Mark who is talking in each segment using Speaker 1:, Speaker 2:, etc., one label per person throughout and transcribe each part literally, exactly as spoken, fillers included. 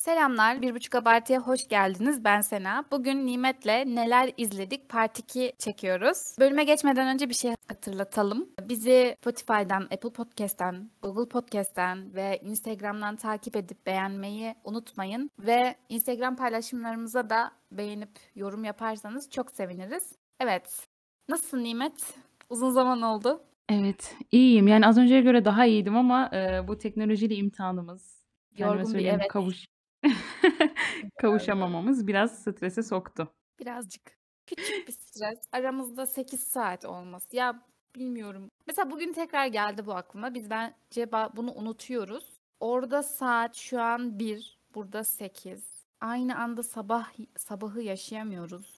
Speaker 1: Selamlar, Bir Buçuk Abartı'ya hoş geldiniz. Ben Sena. Bugün Nimet'le Neler izledik Part iki çekiyoruz. Bölüme geçmeden önce bir şey hatırlatalım. Bizi Spotify'dan, Apple Podcast'ten, Google Podcast'ten ve Instagram'dan takip edip beğenmeyi unutmayın. Ve Instagram paylaşımlarımıza da beğenip yorum yaparsanız çok seviniriz. Evet, nasılsın Nimet? Uzun zaman oldu.
Speaker 2: Evet, iyiyim. Yani az önceye göre daha iyiydim ama, eee, bu teknolojiyle imtihanımız, efendime
Speaker 1: Yorgun bir
Speaker 2: söyleyeyim,
Speaker 1: evet.
Speaker 2: kavuş kavuşamamamız biraz strese soktu.
Speaker 1: Birazcık. Küçük bir stres. Aramızda sekiz saat olması. Ya bilmiyorum. Mesela bugün tekrar geldi bu aklıma. Biz bence ba- bunu unutuyoruz. Orada saat şu an bir, burada sekiz. Aynı anda sabah sabahı yaşayamıyoruz.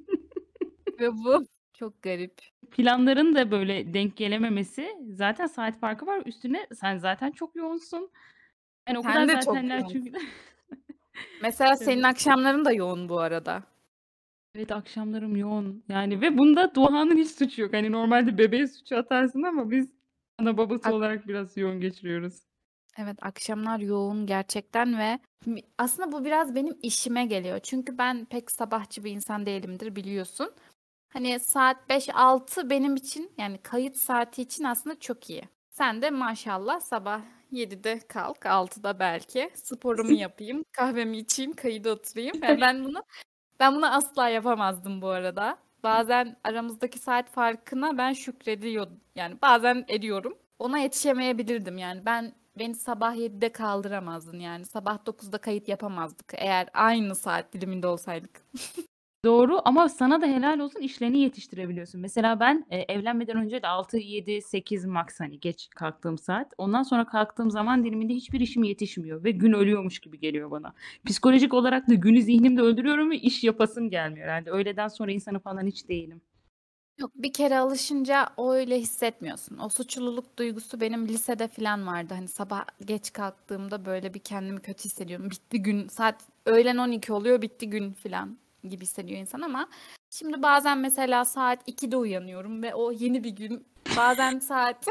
Speaker 1: Ve bu çok garip.
Speaker 2: Planların da böyle denk gelememesi, zaten saat farkı var. Üstüne sen zaten çok yoğunsun. Yani o kadar
Speaker 1: Sen de çok
Speaker 2: zatenler
Speaker 1: yoğun.
Speaker 2: çünkü
Speaker 1: Mesela senin
Speaker 2: Evet.
Speaker 1: akşamların da yoğun bu arada.
Speaker 2: Evet, akşamlarım yoğun. Yani ve bunda Doğan'ın hiç suçu yok. Hani normalde bebeğe suçu atarsın ama biz ana babası
Speaker 1: Ak-
Speaker 2: olarak biraz yoğun geçiriyoruz.
Speaker 1: evet, akşamlar yoğun gerçekten ve mi- aslında bu biraz benim işime geliyor. Çünkü ben pek sabahçı bir insan değilimdir biliyorsun. Hani saat beş altı benim için yani kayıt saati için aslında çok iyi. Sen de maşallah sabah yedide kalk, altıda belki. Sporumu yapayım, kahvemi içeyim, kayıda oturayım. Yani ben bunu ben bunu asla yapamazdım bu arada. Bazen aramızdaki saat farkına ben şükrediyorum. Yani bazen ediyorum. Ona yetişemeyebilirdim yani. Ben beni sabah yedide kaldıramazdın yani. Sabah dokuzda kayıt yapamazdık eğer aynı saat diliminde olsaydık.
Speaker 2: Doğru ama sana da helal olsun, işlerini yetiştirebiliyorsun. Mesela ben, eee, evlenmeden önce de altı yedi sekiz maks hani geç kalktığım saat. Ondan sonra kalktığım zaman diliminde hiçbir işim yetişmiyor ve gün ölüyormuş gibi geliyor bana. Psikolojik olarak da günü zihnimde öldürüyorum ve iş yapasım gelmiyor herhâlde. Öğleden sonra insanı falan hiç değilim.
Speaker 1: Yok, bir kere alışınca o öyle hissetmiyorsun. O suçluluk duygusu benim lisede falan vardı. Hani sabah geç kalktığımda böyle bir kendimi kötü hissediyorum. Bitti gün, saat öğlen on iki oluyor, bitti gün falan gibi hissediyor insan ama şimdi bazen mesela saat ikide uyanıyorum ve o yeni bir gün. Bazen saat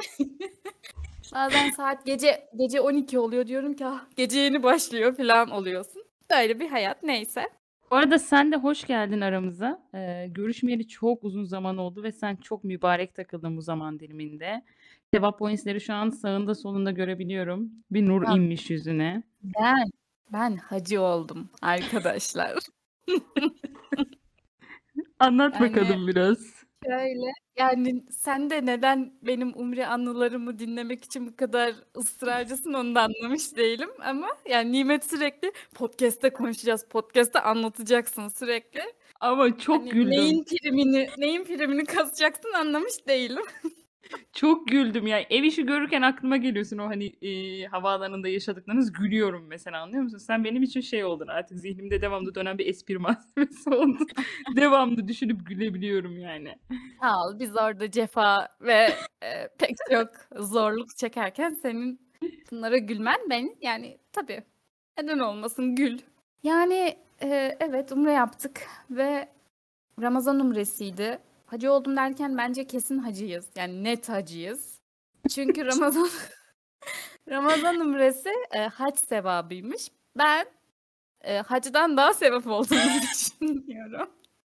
Speaker 1: bazen saat gece gece on iki oluyor diyorum ki ah, gece yeni başlıyor falan oluyorsun. Böyle bir hayat neyse.
Speaker 2: Bu arada sen de hoş geldin aramıza. Eee, görüşmeyeli çok uzun zaman oldu ve sen çok mübarek takıldın bu zaman diliminde. Sevap points'leri şu an sağında solunda görebiliyorum. Bir nur
Speaker 1: Ya
Speaker 2: inmiş yüzüne.
Speaker 1: ben ben hacı oldum arkadaşlar.
Speaker 2: Anlat
Speaker 1: Yani
Speaker 2: bakalım biraz.
Speaker 1: şöyle, yani sen de neden benim Umre anılarımı dinlemek için bu kadar ısrarcısın onu da anlamış değilim ama yani Nimet sürekli podcast'te konuşacağız, podcast'te anlatacaksın sürekli.
Speaker 2: Ama çok
Speaker 1: Hani
Speaker 2: güldüm.
Speaker 1: neyin primini, neyin primini kasacaksın anlamış değilim.
Speaker 2: Çok güldüm ya. Ev işi görürken aklıma geliyorsun o hani, eee, havaalanında yaşadıklarınız. Gülüyorum mesela, anlıyor musun? Sen benim için şey oldun artık zihnimde devamlı dönen bir espri malzemesi oldun. Devamlı düşünüp gülebiliyorum yani.
Speaker 1: Sağ ol. Biz orada cefa ve e, pek çok zorluk çekerken senin bunlara gülmen beni yani tabii neden olmasın gül. Yani e, evet Umre yaptık ve Ramazan umresiydi. Hacı oldum derken bence kesin hacıyız. Yani net hacıyız. Çünkü Ramazan Ramazan umresi e, hac sevabıymış. Ben e, hacdan daha sevap olduğunu düşünüyorum.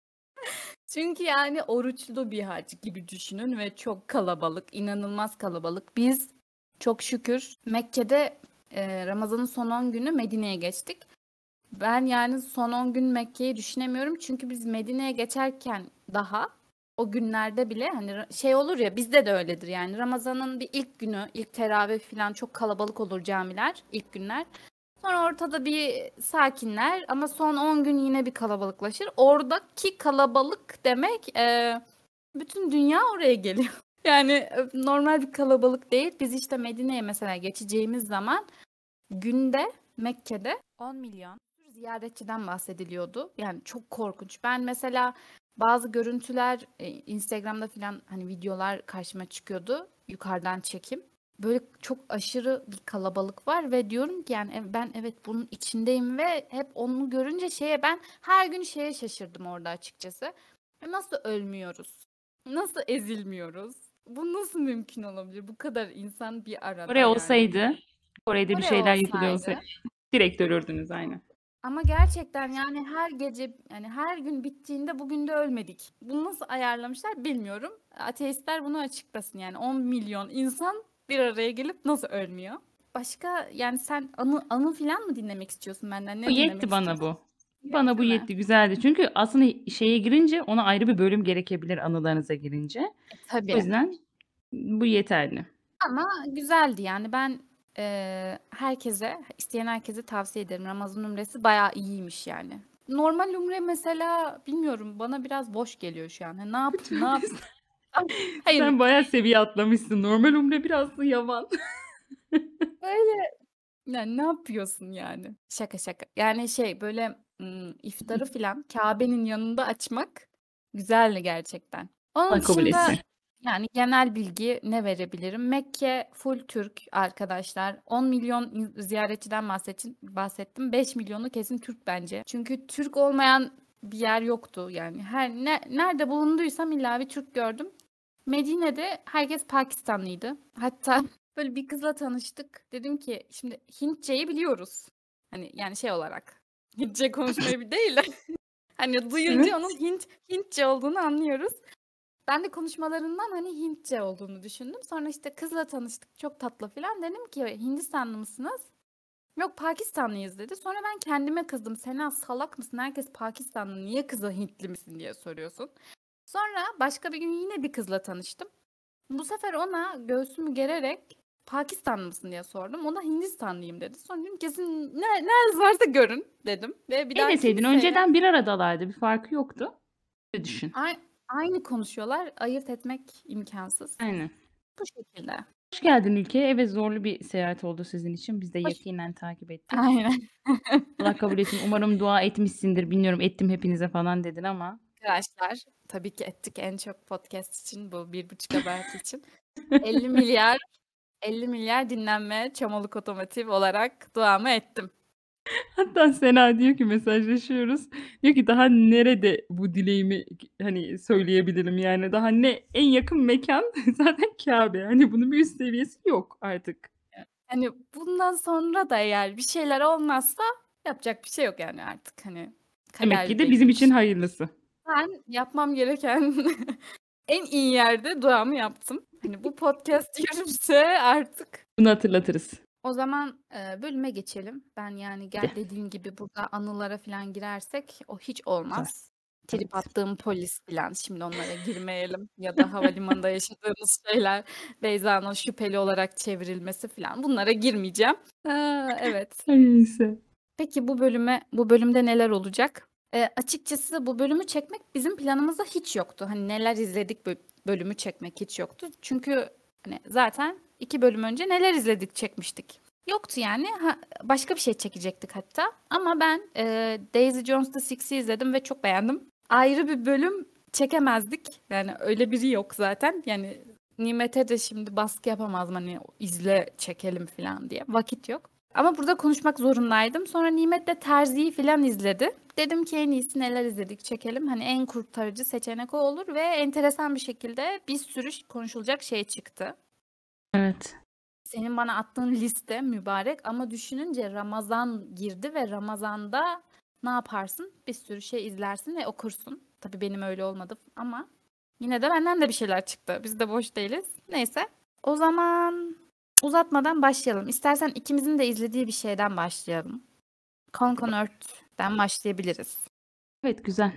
Speaker 1: Çünkü yani oruçlu bir hac gibi düşünün ve çok kalabalık, inanılmaz kalabalık. Biz çok şükür Mekke'de e, Ramazan'ın son on günü Medine'ye geçtik. Ben yani son on gün Mekke'yi düşünemiyorum. Çünkü biz Medine'ye geçerken daha o günlerde bile hani ra- şey olur ya bizde de öyledir yani Ramazan'ın bir ilk günü, ilk teravih falan çok kalabalık olur camiler ilk günler. Sonra ortada bir sakinler ama son on gün yine bir kalabalıklaşır. Oradaki kalabalık demek e, bütün dünya oraya geliyor. Yani e, normal bir kalabalık değil. Biz işte Medine'ye mesela geçeceğimiz zaman günde Mekke'de on milyon ziyaretçiden bahsediliyordu. Yani çok korkunç. Ben mesela bazı görüntüler e, Instagram'da falan hani videolar karşıma çıkıyordu. Yukarıdan çekim. Böyle çok aşırı bir kalabalık var ve diyorum ki yani e- ben evet bunun içindeyim ve hep onu görünce şeye ben her gün şeye şaşırdım orada açıkçası. E, Nasıl ölmüyoruz? Nasıl ezilmiyoruz? Bu nasıl mümkün olabilir? Bu kadar insan bir arada
Speaker 2: Kore
Speaker 1: yani.
Speaker 2: olsaydı, Kore'de bir
Speaker 1: Kore
Speaker 2: şeyler yapılıyor
Speaker 1: olsaydı
Speaker 2: olsaydı direkt ölürdünüz aynen.
Speaker 1: Ama gerçekten yani her gece yani her gün bittiğinde bugün de ölmedik. Bunu nasıl ayarlamışlar bilmiyorum. Ateistler bunu açıklasın yani on milyon insan bir araya gelip nasıl ölmüyor? Başka yani sen anı anı filan mı dinlemek istiyorsun benden?
Speaker 2: Bu
Speaker 1: Ne dinlemek
Speaker 2: yetti bana
Speaker 1: istiyorsun?
Speaker 2: bu. Bana bu
Speaker 1: Yetti mi?
Speaker 2: yetti, güzeldi. Çünkü aslında şeye girince ona ayrı bir bölüm gerekebilir anılarınıza girince.
Speaker 1: E,
Speaker 2: O
Speaker 1: tabii.
Speaker 2: yüzden bu yeterli.
Speaker 1: Ama güzeldi yani ben eee, herkese, isteyen herkese tavsiye ederim. Ramazan Umresi bayağı iyiymiş yani. Normal Umre mesela bilmiyorum bana biraz boş geliyor şu an. Hani ne yap ne yap? Hayır
Speaker 2: Sen bayağı seviye atlamışsın. Normal umre biraz da yavan.
Speaker 1: böyle yani ne yapıyorsun yani? Şaka şaka. Yani şey böyle ım, iftarı filan Kabe'nin yanında açmak güzeldi gerçekten. Onun
Speaker 2: Allah kabul
Speaker 1: dışında
Speaker 2: etsin.
Speaker 1: yani genel bilgi ne verebilirim? Mekke full Türk arkadaşlar. on milyon in- ziyaretçiden bahsettim. bahsettim. beş milyonu kesin Türk bence. Çünkü Türk olmayan bir yer yoktu yani. Her ne, nerede bulunduysam illa bir Türk gördüm. Medine'de herkes Pakistanlıydı. Hatta böyle bir kızla tanıştık. Dedim ki şimdi Hintçeyi biliyoruz. Hani yani şey olarak. Hintçe konuşmayı bir değil de hani duyunca onun
Speaker 2: Evet.
Speaker 1: Hint Hintçe olduğunu anlıyoruz. Ben de konuşmalarından hani Hintçe olduğunu düşündüm. Sonra işte kızla tanıştık. Çok tatlı falan. Dedim ki Hindistanlı mısınız? Yok Pakistanlıyız dedi. Sonra ben kendime kızdım. Sena salak mısın? Herkes Pakistanlı. Niye kıza Hintli misin diye soruyorsun. Sonra başka bir gün yine bir kızla tanıştım. Bu sefer ona göğsümü gererek Pakistanlı mısın diye sordum. O da Hindistanlıyım dedi. Sonra dedim kesin ne, nereniz varsa görün dedim. Ve bir
Speaker 2: Ne
Speaker 1: daha
Speaker 2: deseydin
Speaker 1: kimseyle
Speaker 2: önceden bir aradalardı. Bir farkı yoktu. Öyle düşün.
Speaker 1: a- aynı konuşuyorlar. Ayırt etmek imkansız.
Speaker 2: Aynen.
Speaker 1: Bu şekilde.
Speaker 2: Hoş geldin ülkeye. Evet, zorlu bir seyahat oldu sizin için. Biz de
Speaker 1: Hoş.
Speaker 2: yakinen takip ettik.
Speaker 1: Aynen.
Speaker 2: Allah kabul etsin. Umarım dua etmişsindir. Bilmiyorum, ettim hepinize falan dedin ama.
Speaker 1: Arkadaşlar tabii ki ettik en çok podcast için bu bir buçuk abartı için. elli milyar elli milyar dinlenme Çamoluk Otomotiv olarak duamı ettim.
Speaker 2: Hatta Sena diyor ki mesajlaşıyoruz. Diyor ki daha nerede bu dileğimi hani söyleyebilirim yani daha ne en yakın mekan zaten Kabe. Hani bunun bir üst seviyesi yok artık.
Speaker 1: Hani bundan sonra da eğer bir şeyler olmazsa yapacak bir şey yok yani artık hani
Speaker 2: Demek ki
Speaker 1: kader
Speaker 2: de bizim için
Speaker 1: belirmiş.
Speaker 2: hayırlısı.
Speaker 1: Ben yapmam gereken en iyi yerde duamı yaptım. Hani bu podcast yürürse artık.
Speaker 2: Bunu hatırlatırız.
Speaker 1: O zaman e, bölüme geçelim. Ben yani gel
Speaker 2: Hadi.
Speaker 1: dediğim gibi burada anılara falan girersek o hiç
Speaker 2: Güzel.
Speaker 1: olmaz. Trip
Speaker 2: Evet.
Speaker 1: attığım polis falan şimdi onlara girmeyelim. Ya da havalimanında yaşadığımız şeyler Beyza'nın şüpheli olarak çevrilmesi falan bunlara girmeyeceğim. Aa, evet.
Speaker 2: Neyse.
Speaker 1: Peki bu bölüme bu bölümde neler olacak? Eee, açıkçası bu bölümü çekmek bizim planımızda hiç yoktu. Hani neler izledik bö- bölümü çekmek hiç yoktu. Çünkü hani zaten iki bölüm önce neler izledik çekmiştik. Yoktu yani. Ha, başka bir şey çekecektik hatta. Ama ben eee, Daisy Jones the Six'i izledim ve çok beğendim. Ayrı bir bölüm çekemezdik. Yani öyle biri yok zaten. Yani Nimet'e de şimdi baskı yapamazdım hani izle çekelim falan diye. Vakit yok. Ama burada konuşmak zorundaydım. Sonra Nimet de Terzi'yi falan izledi. Dedim ki en iyisi neler izledik çekelim. Hani en kurtarıcı seçenek o olur ve enteresan bir şekilde bir sürü konuşulacak şey çıktı.
Speaker 2: Evet.
Speaker 1: Senin bana attığın liste mübarek ama düşününce Ramazan girdi ve Ramazan'da ne yaparsın? Bir sürü şey izlersin ve okursun. Tabii benim öyle olmadı ama yine de benden de bir şeyler çıktı. Biz de boş değiliz. Neyse. O zaman uzatmadan başlayalım. İstersen ikimizin de izlediği bir şeyden başlayalım. Concon Earth'ten başlayabiliriz.
Speaker 2: Evet, güzel.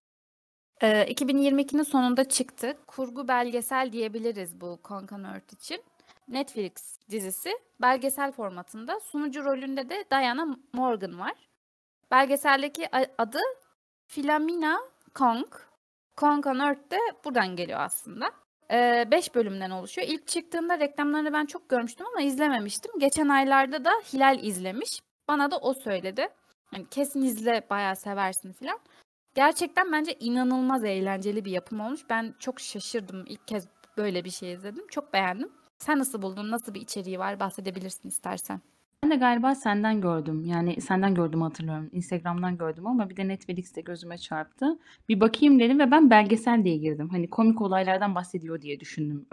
Speaker 1: Ee, iki bin yirmi ikinin sonunda çıktı. Kurgu belgesel diyebiliriz bu Concon Earth için. Netflix dizisi belgesel formatında. Sunucu rolünde de Diana Morgan var. Belgeseldeki a- adı Philomena Kong. Concon Earth de buradan geliyor aslında. Ee, beş bölümden oluşuyor. İlk çıktığında reklamlarını ben çok görmüştüm ama izlememiştim. Geçen aylarda da Hilal izlemiş. Bana da o söyledi. Yani kesin izle, bayağı seversin falan. Gerçekten bence inanılmaz eğlenceli bir yapım olmuş. Ben çok şaşırdım. İlk kez böyle bir şey izledim. Çok beğendim. Sen nasıl buldun? Nasıl bir içeriği var? Bahsedebilirsin istersen.
Speaker 2: Ben de galiba senden gördüm. Yani senden gördüm hatırlıyorum. Instagram'dan gördüm ama bir de Netflix'te gözüme çarptı. Bir bakayım dedim ve ben belgesel diye girdim. Hani komik olaylardan bahsediyor diye düşündüm. Öyle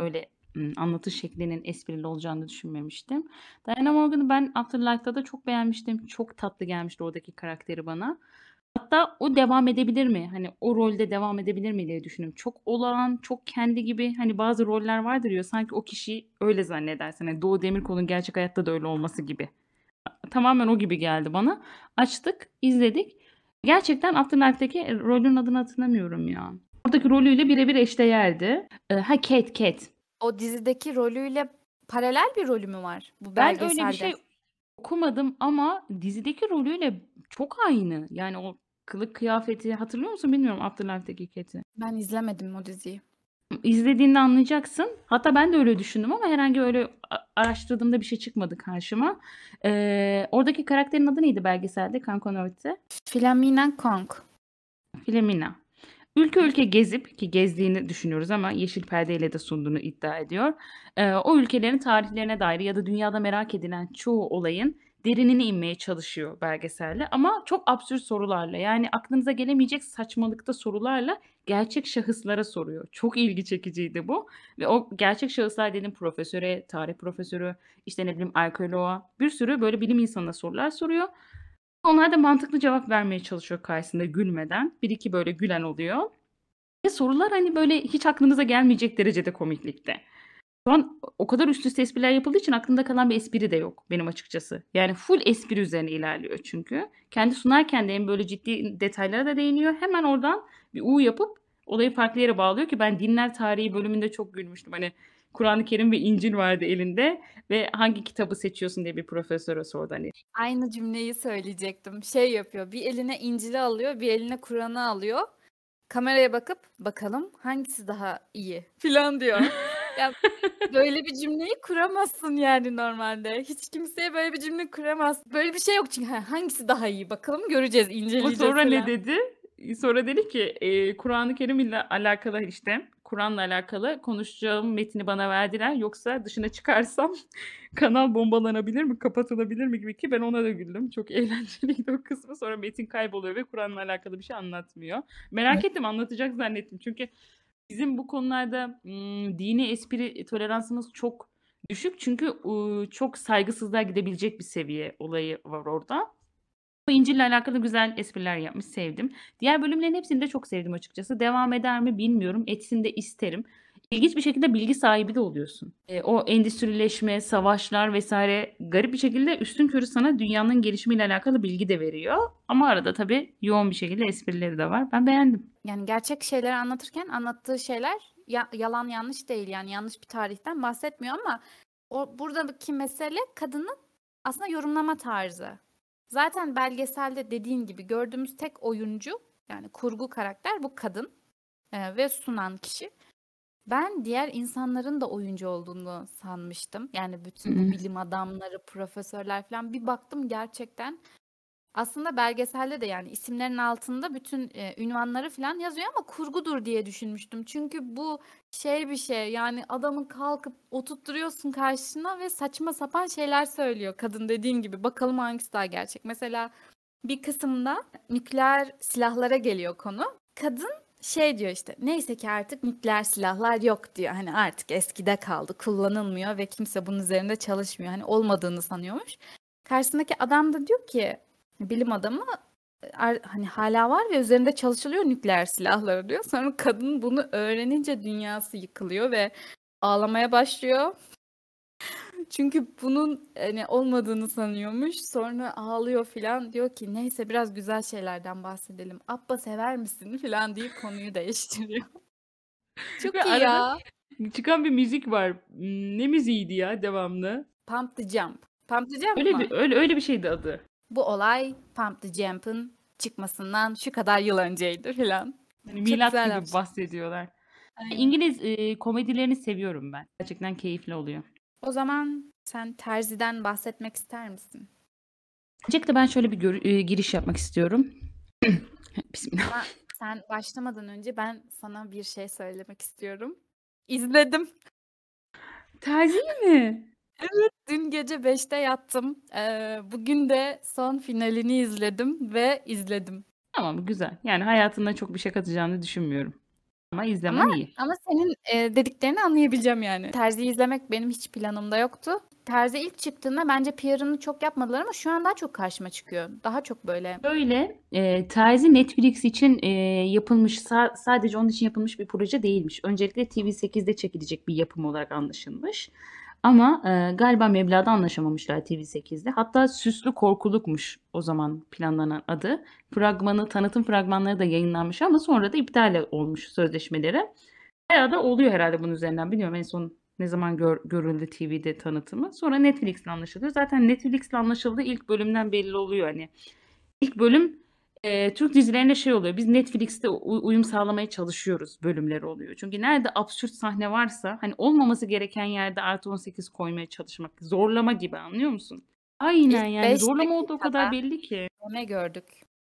Speaker 2: ımm, anlatış şeklinin esprili olacağını düşünmemiştim. Diana Morgan'ı ben Afterlife'da da çok beğenmiştim. Çok tatlı gelmişti oradaki karakteri bana. Hatta o devam edebilir mi? Hani, o rolde devam edebilir mi diye düşündüm. Çok olağan, çok kendi gibi, hani, bazı roller vardır ya, sanki o kişiyi öyle zannedersin. Hani, Doğu Demirkol'un gerçek hayatta da öyle olması gibi. A tamamen o gibi geldi bana. Açtık, izledik. Gerçekten Afterlife'daki, eee, rolün adını hatırlamıyorum ya. Oradaki rolüyle bire bir eşdeğerdi. Eee, ha, Kate, Kate.
Speaker 1: O dizideki rolüyle paralel bir rolü mü var bu
Speaker 2: Ben öyle bir
Speaker 1: belgeselde?
Speaker 2: şey okumadım ama dizideki rolüyle çok aynı. Yani o kılık kıyafeti hatırlıyor musun bilmiyorum Afterlife'deki Kate'i.
Speaker 1: Ben izlemedim o diziyi.
Speaker 2: İzlediğinde anlayacaksın. Hatta ben de öyle düşündüm ama herhangi öyle a araştırdığımda bir şey çıkmadı karşıma. Eee, oradaki karakterin adı neydi belgeselde Canconeurt'te?
Speaker 1: Philomena Kong.
Speaker 2: Philomena. Ülke ülke gezip ki gezdiğini düşünüyoruz ama yeşil perdeyle de sunduğunu iddia ediyor. Eee, o ülkelerin tarihlerine dair ya da dünyada merak edilen çoğu olayın derinine inmeye çalışıyor belgeselde ama çok absürt sorularla, yani aklınıza gelemeyecek saçmalıkta sorularla gerçek şahıslara soruyor. Çok ilgi çekiciydi bu ve o gerçek şahıslar dediğim profesöre, tarih profesörü, işte, ne bileyim, arkeoloğa, bir sürü böyle bilim insanına sorular soruyor. Onlar da mantıklı cevap vermeye çalışıyor karşısında gülmeden. bir iki böyle gülen oluyor. Ve sorular, hani, böyle hiç aklınıza gelmeyecek derecede komiklikte. Şu an o o kadar üst üste espriler yapıldığı için aklımda kalan bir espri de yok benim açıkçası. Yani full espri üzerine ilerliyor çünkü. Kendi sunarken de hem böyle ciddi detaylara da değiniyor. Hemen oradan bir U yapıp olayı farklı yere bağlıyor ki ben dinler tarihi bölümünde çok gülmüştüm. Hani, Kur'an-ı Kerim ve İncil vardı elinde ve hangi kitabı seçiyorsun diye bir profesöre sordu, hani.
Speaker 1: Aynı cümleyi söyleyecektim. Şey yapıyor, bir eline İncil'i alıyor, bir eline Kur'an'ı alıyor. Kameraya bakıp "Bakalım hangisi daha iyi?" filan diyor. Ya, böyle bir cümleyi kuramazsın yani normalde. Hiç kimseye böyle bir cümle kuramazsın. Böyle bir şey yok çünkü. "Ha, hangisi daha iyi? Bakalım göreceğiz,
Speaker 2: Ama
Speaker 1: inceleyeceğiz."
Speaker 2: sonra ne
Speaker 1: filan.
Speaker 2: dedi? İii, sonra dedi ki, eee, "Kur'an-ı Kerim'le alakalı, işte, Kur'an'la alakalı konuşacağım metni bana verdiler. Yoksa dışına çıkarsam kanal bombalanabilir mi, kapatılabilir mi?" gibi ki ben ona da güldüm. Çok eğlenceliydi o kısmı. Sonra metin kayboluyor ve Kur'an'la alakalı bir şey anlatmıyor. Merak ettim, anlatacak zannettim. Çünkü bizim bu konularda, ımm, dini espri toleransımız çok düşük. Çünkü, uuu, çok saygısızlığa gidebilecek bir seviye olayı var orada. O İncil'le alakalı güzel espriler yapmış, sevdim. Diğer bölümlerin hepsini de çok sevdim açıkçası. Devam eder mi bilmiyorum. Etsin de isterim. İlginç bir şekilde bilgi sahibi de oluyorsun. Eee, o endüstrileşme, savaşlar vesaire garip bir şekilde üstünkörü sana dünyanın gelişimiyle alakalı bilgi de veriyor. Ama arada tabii yoğun bir şekilde esprileri de var. Ben beğendim.
Speaker 1: Yani gerçek şeyleri anlatırken anlattığı şeyler ya yalan yanlış değil, yani yanlış bir tarihten bahsetmiyor ama o buradaki mesele kadının aslında yorumlama tarzı. Zaten belgeselde dediğin gibi gördüğümüz tek oyuncu, yani kurgu karakter bu kadın, eee, ve sunan kişi. Ben diğer insanların da oyuncu olduğunu sanmıştım. Yani
Speaker 2: Hı
Speaker 1: bütün bu
Speaker 2: hı.
Speaker 1: bilim adamları, profesörler falan. Bir baktım gerçekten aslında belgeselde de yani isimlerin altında bütün, eee, ünvanları falan yazıyor ama kurgudur diye düşünmüştüm. Çünkü bu şey bir şey, yani adamı kalkıp oturtturuyorsun karşına ve saçma sapan şeyler söylüyor kadın dediğin gibi. Bakalım hangisi daha gerçek. Mesela bir kısımda nükleer silahlara geliyor konu. Kadın şey diyor işte, neyse ki artık nükleer silahlar yok diyor. Hani artık eskide kaldı, kullanılmıyor ve kimse bunun üzerinde çalışmıyor. Hani olmadığını sanıyormuş. Karşısındaki adam da diyor ki, bilim adamı, "Er- hani hala var ve üzerinde çalışılıyor nükleer silahları diyor. Sonra kadın bunu öğrenince dünyası yıkılıyor ve ağlamaya başlıyor. Çünkü bunun hani olmadığını sanıyormuş. Sonra ağlıyor filan. Diyor ki neyse biraz güzel şeylerden bahsedelim. Abba sever misin filan deyip konuyu değiştiriyor.
Speaker 2: Ve
Speaker 1: Çok iyi
Speaker 2: arada
Speaker 1: ya.
Speaker 2: çıkan bir müzik var. Imm, ne müziğiydi ya devamlı?
Speaker 1: Pump the Jump. Pump the Jump
Speaker 2: Öyle
Speaker 1: mı?
Speaker 2: bir öyle öyle bir şeydi adı.
Speaker 1: Bu olay Pump the Jump'ın çıkmasından şu kadar yıl önceydi filan.
Speaker 2: Hani
Speaker 1: Çok
Speaker 2: milat
Speaker 1: güzel
Speaker 2: gibi
Speaker 1: yapmış.
Speaker 2: bahsediyorlar.
Speaker 1: Aynen.
Speaker 2: İngiliz, eee, komedilerini seviyorum ben. Gerçekten keyifli oluyor.
Speaker 1: O zaman sen Terzi'den bahsetmek ister misin?
Speaker 2: Öncelikle ben şöyle bir gör eee, giriş yapmak istiyorum. Bismillah.
Speaker 1: Ama sen başlamadan önce ben sana bir şey söylemek istiyorum. İzledim.
Speaker 2: Terzi'yi mi?
Speaker 1: Evet, dün gece beşte yattım. Eee, bugün de son finalini izledim ve izledim.
Speaker 2: Tamam, güzel. Yani hayatına çok bir şey katacağını düşünmüyorum. Ama
Speaker 1: Ama
Speaker 2: izlemen iyi.
Speaker 1: ama senin, eee, dediklerini anlayabileceğim yani. Terzi'yi izlemek benim hiç planımda yoktu. Terzi ilk çıktığında bence P R'ını çok yapmadılar ama şu an daha çok karşıma çıkıyor. Daha çok böyle
Speaker 2: Şöyle, eee, Terzi Netflix için, eee, yapılmış, sa sadece onun için yapılmış bir proje değilmiş. Öncelikle T V sekizde çekilecek bir yapım olarak anlaşılmış. Ama, eee, galiba meblağda anlaşamamışlar T V sekizde. Hatta Süslü Korkuluk'muş o zaman planlanan adı. Fragmanı, tanıtım fragmanları da yayınlanmış ama sonra da iptal olmuş sözleşmeleri. Bayağı da oluyor herhâlde bunun üzerinden. Bilmiyorum en son ne zaman gör görüldü T V'de tanıtımı. Sonra Netflix'le anlaşılıyor. Zaten Netflix'le anlaşıldığı ilk bölümden belli oluyor hani. İlk bölüm, eee, Türk dizilerinde şey oluyor, biz Netflix'te u uyum sağlamaya çalışıyoruz bölümleri oluyor. Çünkü nerede absürt sahne varsa, hani, olmaması gereken yerde artı on sekiz koymaya çalışmak, zorlama gibi, anlıyor musun? Aynen,
Speaker 1: ilk
Speaker 2: yani
Speaker 1: beş
Speaker 2: zorlama olduğu o kadar
Speaker 1: dakikada
Speaker 2: belli ki.
Speaker 1: ne gördük?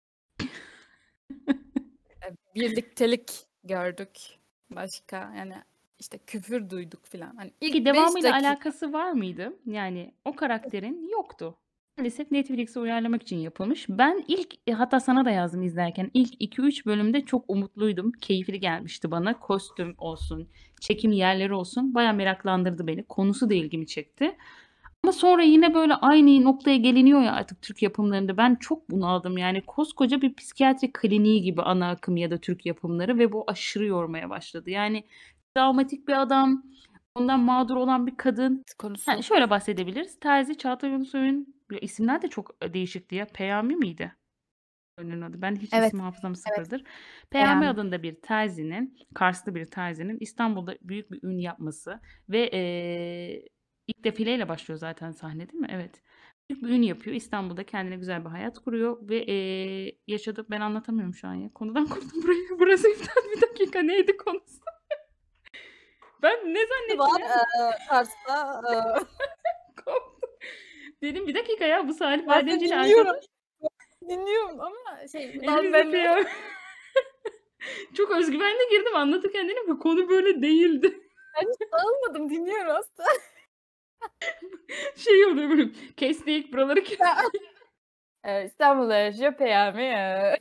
Speaker 1: Eee, birliktelik gördük. Başka, yani, işte, küfür duyduk filan. Hani,
Speaker 2: Peki
Speaker 1: ilk beş
Speaker 2: devamıyla
Speaker 1: dakika
Speaker 2: alakası var mıydı? Yani o karakterin yoktu. Maalesef Netflix'e uyarlamak için yapılmış. Ben ilk, eee, hatta sana da yazdım izlerken, ilk iki üç bölümde çok umutluydum. Keyifli gelmişti bana. Kostüm olsun, çekim yerleri olsun bayağı meraklandırdı beni. Konusu da ilgimi çekti. Ama sonra yine böyle aynı noktaya geliniyor ya artık Türk yapımlarında. Ben çok bunaldım yani. Koskoca bir psikiyatri kliniği gibi ana akım ya da Türk yapımları ve bu aşırı yormaya başladı. Yani travmatik bir adam, ondan mağdur olan bir kadın. Yani
Speaker 1: konusu.
Speaker 2: şöyle bahsedebiliriz. Terzi Çağatay Ulusoy'un ya isimler de çok, eee, değişikti ya. Peyami miydi ünlünün adı? Ben hiç
Speaker 1: Evet,
Speaker 2: isim hafızam
Speaker 1: evet.
Speaker 2: sıfırdır. Peyami
Speaker 1: Peyami.
Speaker 2: adında bir terzinin, Karslı bir terzinin İstanbul'da büyük bir ün yapması ve, eee, ilk defileyle başlıyor zaten sahne değil mi? Evet. Büyük bir ün yapıyor. İstanbul'da kendine güzel bir hayat kuruyor ve, eee, yaşadığı ben anlatamıyorum şu an ya. Konudan koptum burayı. Burası iptal. Bir dakika neydi konusu? Ben ne zannettim
Speaker 1: Var,
Speaker 2: ya?
Speaker 1: eee, Kars'ta, eee
Speaker 2: Koptum. Dedim bir dakika ya bu Salih
Speaker 1: Ben seni
Speaker 2: Bademci ile
Speaker 1: dinliyorum.
Speaker 2: arkadaş.
Speaker 1: Dinliyorum ama şey, biraz
Speaker 2: Elimizde
Speaker 1: benle
Speaker 2: Peyami. Çok öz güvenle girdim anlatırken dedim ki konu böyle değildi.
Speaker 1: Ben hiç dağılmadım, dinliyorum aslında.
Speaker 2: Şey oluyor böyle, kestik, buraları kes
Speaker 1: Eee, İstanbul'da yaşıyor Peyami. Eee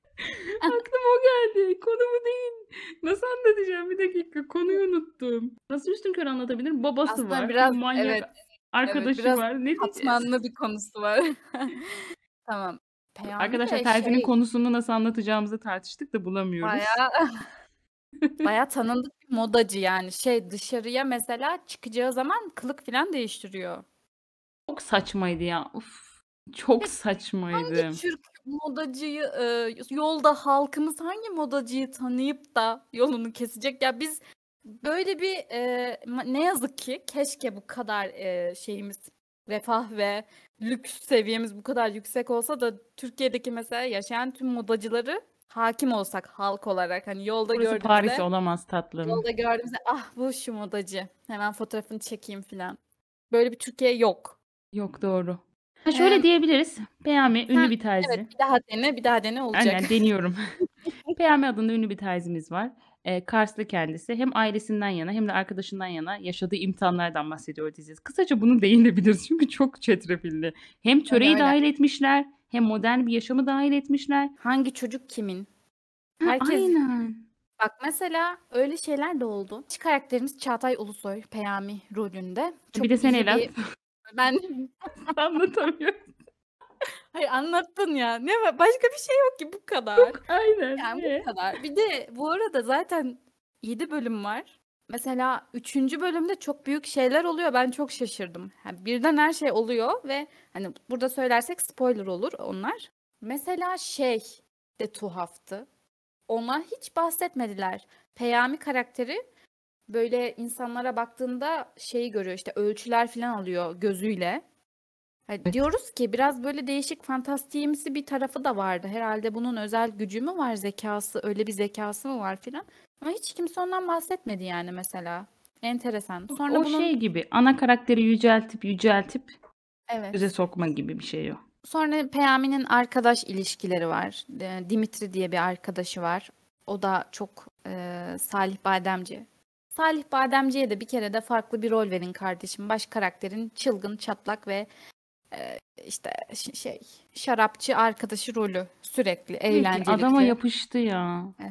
Speaker 2: Aklıma o geldi. Konu bu değil. Nasıl anlatacağım? Bir dakika, konuyu unuttum. Nasıl üstünkörü anlatabilirim? Babası
Speaker 1: Aslında
Speaker 2: var,
Speaker 1: biraz
Speaker 2: manyak
Speaker 1: evet, evet,
Speaker 2: arkadaşı
Speaker 1: biraz
Speaker 2: var. Ne diyeceğiz?
Speaker 1: katmanlı bir konusu var. Tamam. Peyami
Speaker 2: Arkadaşlar
Speaker 1: de
Speaker 2: Terzi'nin
Speaker 1: şey
Speaker 2: konusunu nasıl anlatacağımızı tartıştık da bulamıyoruz.
Speaker 1: bayağı bayağı tanındık bir modacı yani. Şey, dışarıya mesela çıkacağı zaman kılık filan değiştiriyor.
Speaker 2: Çok saçmaydı ya. Uf, çok
Speaker 1: Ya, hangi
Speaker 2: saçmaydı.
Speaker 1: Türk modacıyı, eee, yolda halkımız hangi modacıyı tanıyıp da yolunu kesecek? Ya, biz böyle bir, eee, ma ne yazık ki keşke bu kadar, eee, şeyimiz, refah ve lüks seviyemiz bu kadar yüksek olsa da Türkiye'deki mesela yaşayan tüm modacıları hâkim olsak halk olarak. Hani yolda
Speaker 2: Burası Paris
Speaker 1: gördüğümüzde
Speaker 2: olamaz tatlım.
Speaker 1: yolda gördüğümüzde, "Ah, bu şu modacı. Hemen fotoğrafını çekeyim." filan. Böyle bir Türkiye yok.
Speaker 2: Yok, doğru. Ha, şöyle
Speaker 1: Emm,
Speaker 2: diyebiliriz. Peyami ünlü
Speaker 1: sen
Speaker 2: bir
Speaker 1: evet,
Speaker 2: terzi.
Speaker 1: bir daha dene, bir daha dene olacak.
Speaker 2: Aynen deniyorum. Peyami adında ünlü bir terzimiz var. Eee, Karslı kendisi. Hem ailesinden yana hem de arkadaşından yana yaşadığı imtihanlardan bahsediyor dizi. Kısaca bunu değinebiliriz çünkü çok çetrefilli. Hem
Speaker 1: Öyle,
Speaker 2: töreyi
Speaker 1: öyle.
Speaker 2: dâhil etmişler hem modern bir yaşamı dâhil etmişler.
Speaker 1: Hangi çocuk kimin?
Speaker 2: Ha,
Speaker 1: Herkes
Speaker 2: aynen.
Speaker 1: bak mesela öyle şeyler de oldu. Baş karakterimiz Çağatay Ulusoy, Peyami rolünde.
Speaker 2: Bir de
Speaker 1: Çok
Speaker 2: sen
Speaker 1: iyi
Speaker 2: el at.
Speaker 1: bir ben
Speaker 2: Anlatamıyorum.
Speaker 1: Hayır, anlattın ya. Ne var? Başka bir şey yok ki bu kadar.
Speaker 2: Yok, aynen.
Speaker 1: Yani bu
Speaker 2: E?
Speaker 1: kadar. Bir de bu arada zaten yedi bölüm var. Mesela üçüncü bölümde çok büyük şeyler oluyor. Ben çok şaşırdım. Ha, birden her şey oluyor ve hani burada söylersek spoiler olur onlar. Mesela şey de tuhaftı. Ona hiç bahsetmediler. Peyami karakteri böyle insanlara baktığında şeyi görüyor işte ölçüler falan alıyor gözüyle. Ha,
Speaker 2: Evet.
Speaker 1: diyoruz ki biraz böyle değişik fantastiğimsi bir tarafı da vardı. Herhalde bunun özel gücü mü var, zekası, öyle bir zekası mı var filan. Ama hiç kimse ondan bahsetmedi yani mesela. Enteresan. Sonra
Speaker 2: O
Speaker 1: bunun
Speaker 2: şey gibi ana karakteri yüceltip yüceltip göze
Speaker 1: evet.
Speaker 2: sokma gibi bir şey o.
Speaker 1: Sonra Peyami'nin arkadaş ilişkileri var. E, Dimitri diye bir arkadaşı var. O da çok e, Salih Bademci. Salih Bademci'ye de bir kere de farklı bir rol verin kardeşim. Baş karakterin çılgın, çatlak ve e, işte ş- şey şarapçı arkadaşı rolü sürekli
Speaker 2: Sürekli adama
Speaker 1: eğlencelikli.
Speaker 2: yapıştı ya.
Speaker 1: Evet,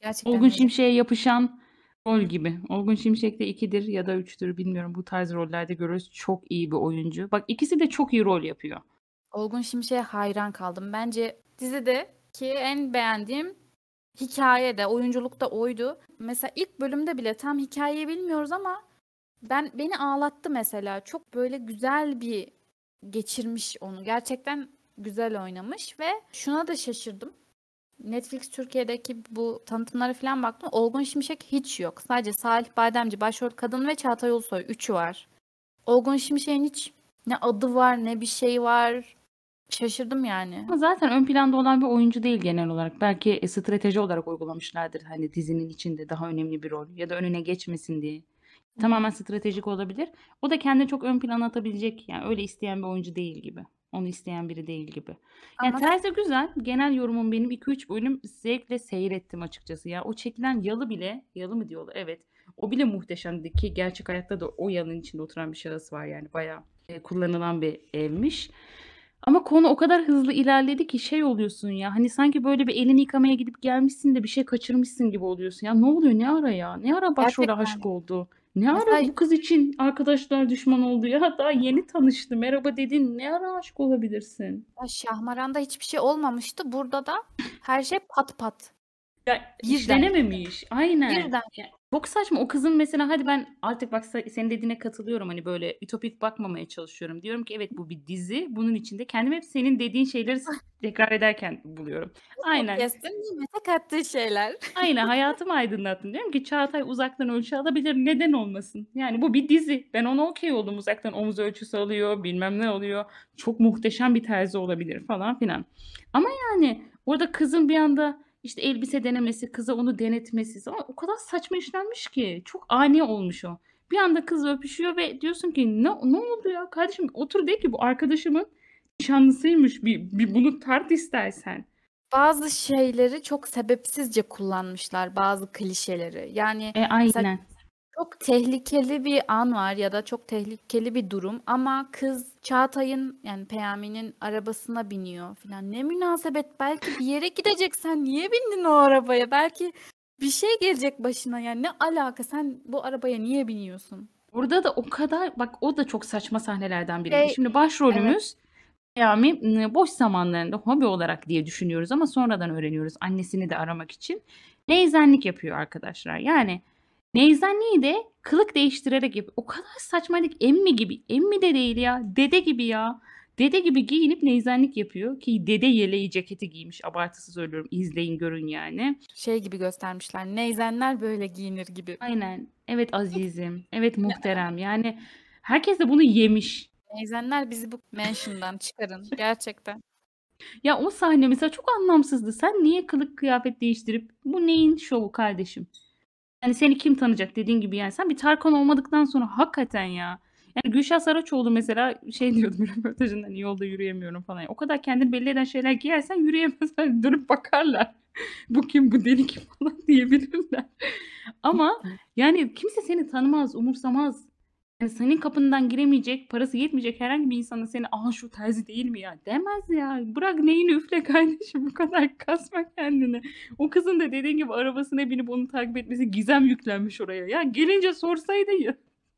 Speaker 1: Gerçekten
Speaker 2: Olgun
Speaker 1: öyle.
Speaker 2: Şimşek'e yapışan rol gibi. Olgun Şimşek de ikidir ya da üçtür bilmiyorum. Bu tarz rollerde görüyoruz. Çok iyi bir oyuncu. Bak ikisi de çok iyi rol yapıyor.
Speaker 1: Olgun Şimşek'e hayran kaldım. Bence dizideki en beğendiğim hikaye de, oyunculuk da oydu. Mesela ilk bölümde bile tam hikayeyi bilmiyoruz ama ben beni ağlattı mesela. Çok böyle güzel bir geçirmiş onu. Gerçekten güzel oynamış ve şuna da şaşırdım. Netflix Türkiye'deki bu tanıtımlara falan baktım. Olgun Şimşek hiç yok. Sadece Salih Bademci, başrol kadın ve Çağatay Ulusoy. Üçü var. Olgun Şimşek'in hiç ne adı var ne bir şey var. Şaşırdım yani.
Speaker 2: Ama zaten ön planda olan bir oyuncu değil genel olarak. Belki e, strateji olarak uygulamışlardır. Hani dizinin içinde daha önemli bir rol ya da önüne geçmesin diye.
Speaker 1: Hı
Speaker 2: Tamamen
Speaker 1: hı.
Speaker 2: stratejik olabilir. O da kendini çok ön plana atabilecek yani öyle isteyen bir oyuncu değil gibi. Onu isteyen biri değil gibi. Yani
Speaker 1: Ama
Speaker 2: terzi güzel. Genel yorumum benim iki üç bölüm zevkle seyrettim açıkçası. Ya o çekilen yalı bile, yalı mı diyorlar? Evet. O bile muhteşemdi ki gerçek hayatta da o yalının içinde oturan bir şahıs var yani bayağı e, kullanılan bir evmiş. Ama konu o kadar hızlı ilerledi ki şey oluyorsun ya hani sanki böyle bir elini yıkamaya gidip gelmişsin de bir şey kaçırmışsın gibi oluyorsun. Ya ne oluyor? Ne ara ya? Ne ara başrole
Speaker 1: gerçekten
Speaker 2: aşık oldu? Ne ara
Speaker 1: mesela
Speaker 2: bu kız için arkadaşlar düşman oldu ya? Daha yeni tanıştı. Merhaba dedin. Ne ara aşık olabilirsin?
Speaker 1: ya Şahmaran'da hiçbir şey olmamıştı. Burada da her şey pat pat.
Speaker 2: Ya
Speaker 1: Birden.
Speaker 2: işlenememiş. Aynen.
Speaker 1: Birden.
Speaker 2: Ya, çok saçma. O kızın mesela hadi ben artık bak sa- senin dediğine katılıyorum. Hani böyle ütopik bakmamaya çalışıyorum. Diyorum ki evet bu bir dizi. Bunun içinde kendimi hep senin dediğin şeyleri s- tekrar ederken buluyorum.
Speaker 1: Bu
Speaker 2: Aynen.
Speaker 1: podcast'in nimete kattığı şeyler.
Speaker 2: Aynen hayatımı aydınlattın. Diyorum ki Çağatay uzaktan ölçü alabilir. Neden olmasın? Yani bu bir dizi. Ben ona okey oldum. Uzaktan omuz ölçüsü alıyor. Bilmem ne alıyor. Çok muhteşem bir terzi olabilir falan filan. Ama yani orada kızın bir anda işte elbise denemesi, kıza onu denetmesi. Ama o kadar saçma işlenmiş ki. Çok ani olmuş o. Bir anda kız öpüşüyor ve diyorsun ki ne, ne oldu ya? Kardeşim otur de ki bu arkadaşımın nişanlısıymış. Bir, bir bunu tart istersen.
Speaker 1: Bazı şeyleri çok sebepsizce kullanmışlar, bazı klişeleri. Yani
Speaker 2: E
Speaker 1: mesela
Speaker 2: aynen.
Speaker 1: çok tehlikeli bir an var ya da çok tehlikeli bir durum ama kız Çağatay'ın yani Peyami'nin arabasına biniyor filan. Ne münasebet, belki bir yere gideceksen niye bindin o arabaya? Belki bir şey gelecek başına, yani ne alaka, sen bu arabaya niye biniyorsun?
Speaker 2: Burada da o kadar bak o da çok saçma sahnelerden biriydi.
Speaker 1: Şey,
Speaker 2: Şimdi
Speaker 1: evet,
Speaker 2: başrolümüz Peyami ıı, boş zamanlarında hobi olarak diye düşünüyoruz ama sonradan öğreniyoruz annesini de aramak için. Neyzenlik yapıyor arkadaşlar. Yani neyzenliği de kılık değiştirerek yapıyor. O kadar saçmaydı ki emmi gibi. Emmi de değil ya. Dede gibi ya. Dede gibi giyinip neyzenlik yapıyor ki dede yeleği ceketi giymiş. Abartısız söylüyorum. İzleyin görün yani.
Speaker 1: şey gibi göstermişler. Neyzenler böyle giyinir gibi.
Speaker 2: Aynen. Evet azizim. Evet muhterem. Yani herkes de bunu yemiş.
Speaker 1: Neyzenler bizi bu mansion'dan çıkarın gerçekten.
Speaker 2: Ya o sahne mesela çok anlamsızdı. Sen niye kılık kıyafet değiştirip bu neyin şovu kardeşim? Yani seni kim tanıyacak dediğin gibi yani sen bir Tarkan olmadıktan sonra hakikaten ya. Yani Gülşah Saraçoğlu mesela şey diyordu bir röportajında hani yolda yürüyemiyorum falan. O kadar kendini belli eden şeyler giyersen yürüyemezsen dönüp bakarlar. Bu kim bu deli kim falan diyebilirler. Ama yani kimse seni tanımaz, umursamaz. Yani senin kapından giremeyecek, parası yetmeyecek herhangi bir insana seni "Aa şu terzi değil mi ya?" demez ya. Bırak neyini üfle kardeşim bu kadar kasma kendini. O kızın da dediğin gibi arabasına binip onu takip etmesi gizem yüklenmiş oraya. Ya gelince sorsaydın ya.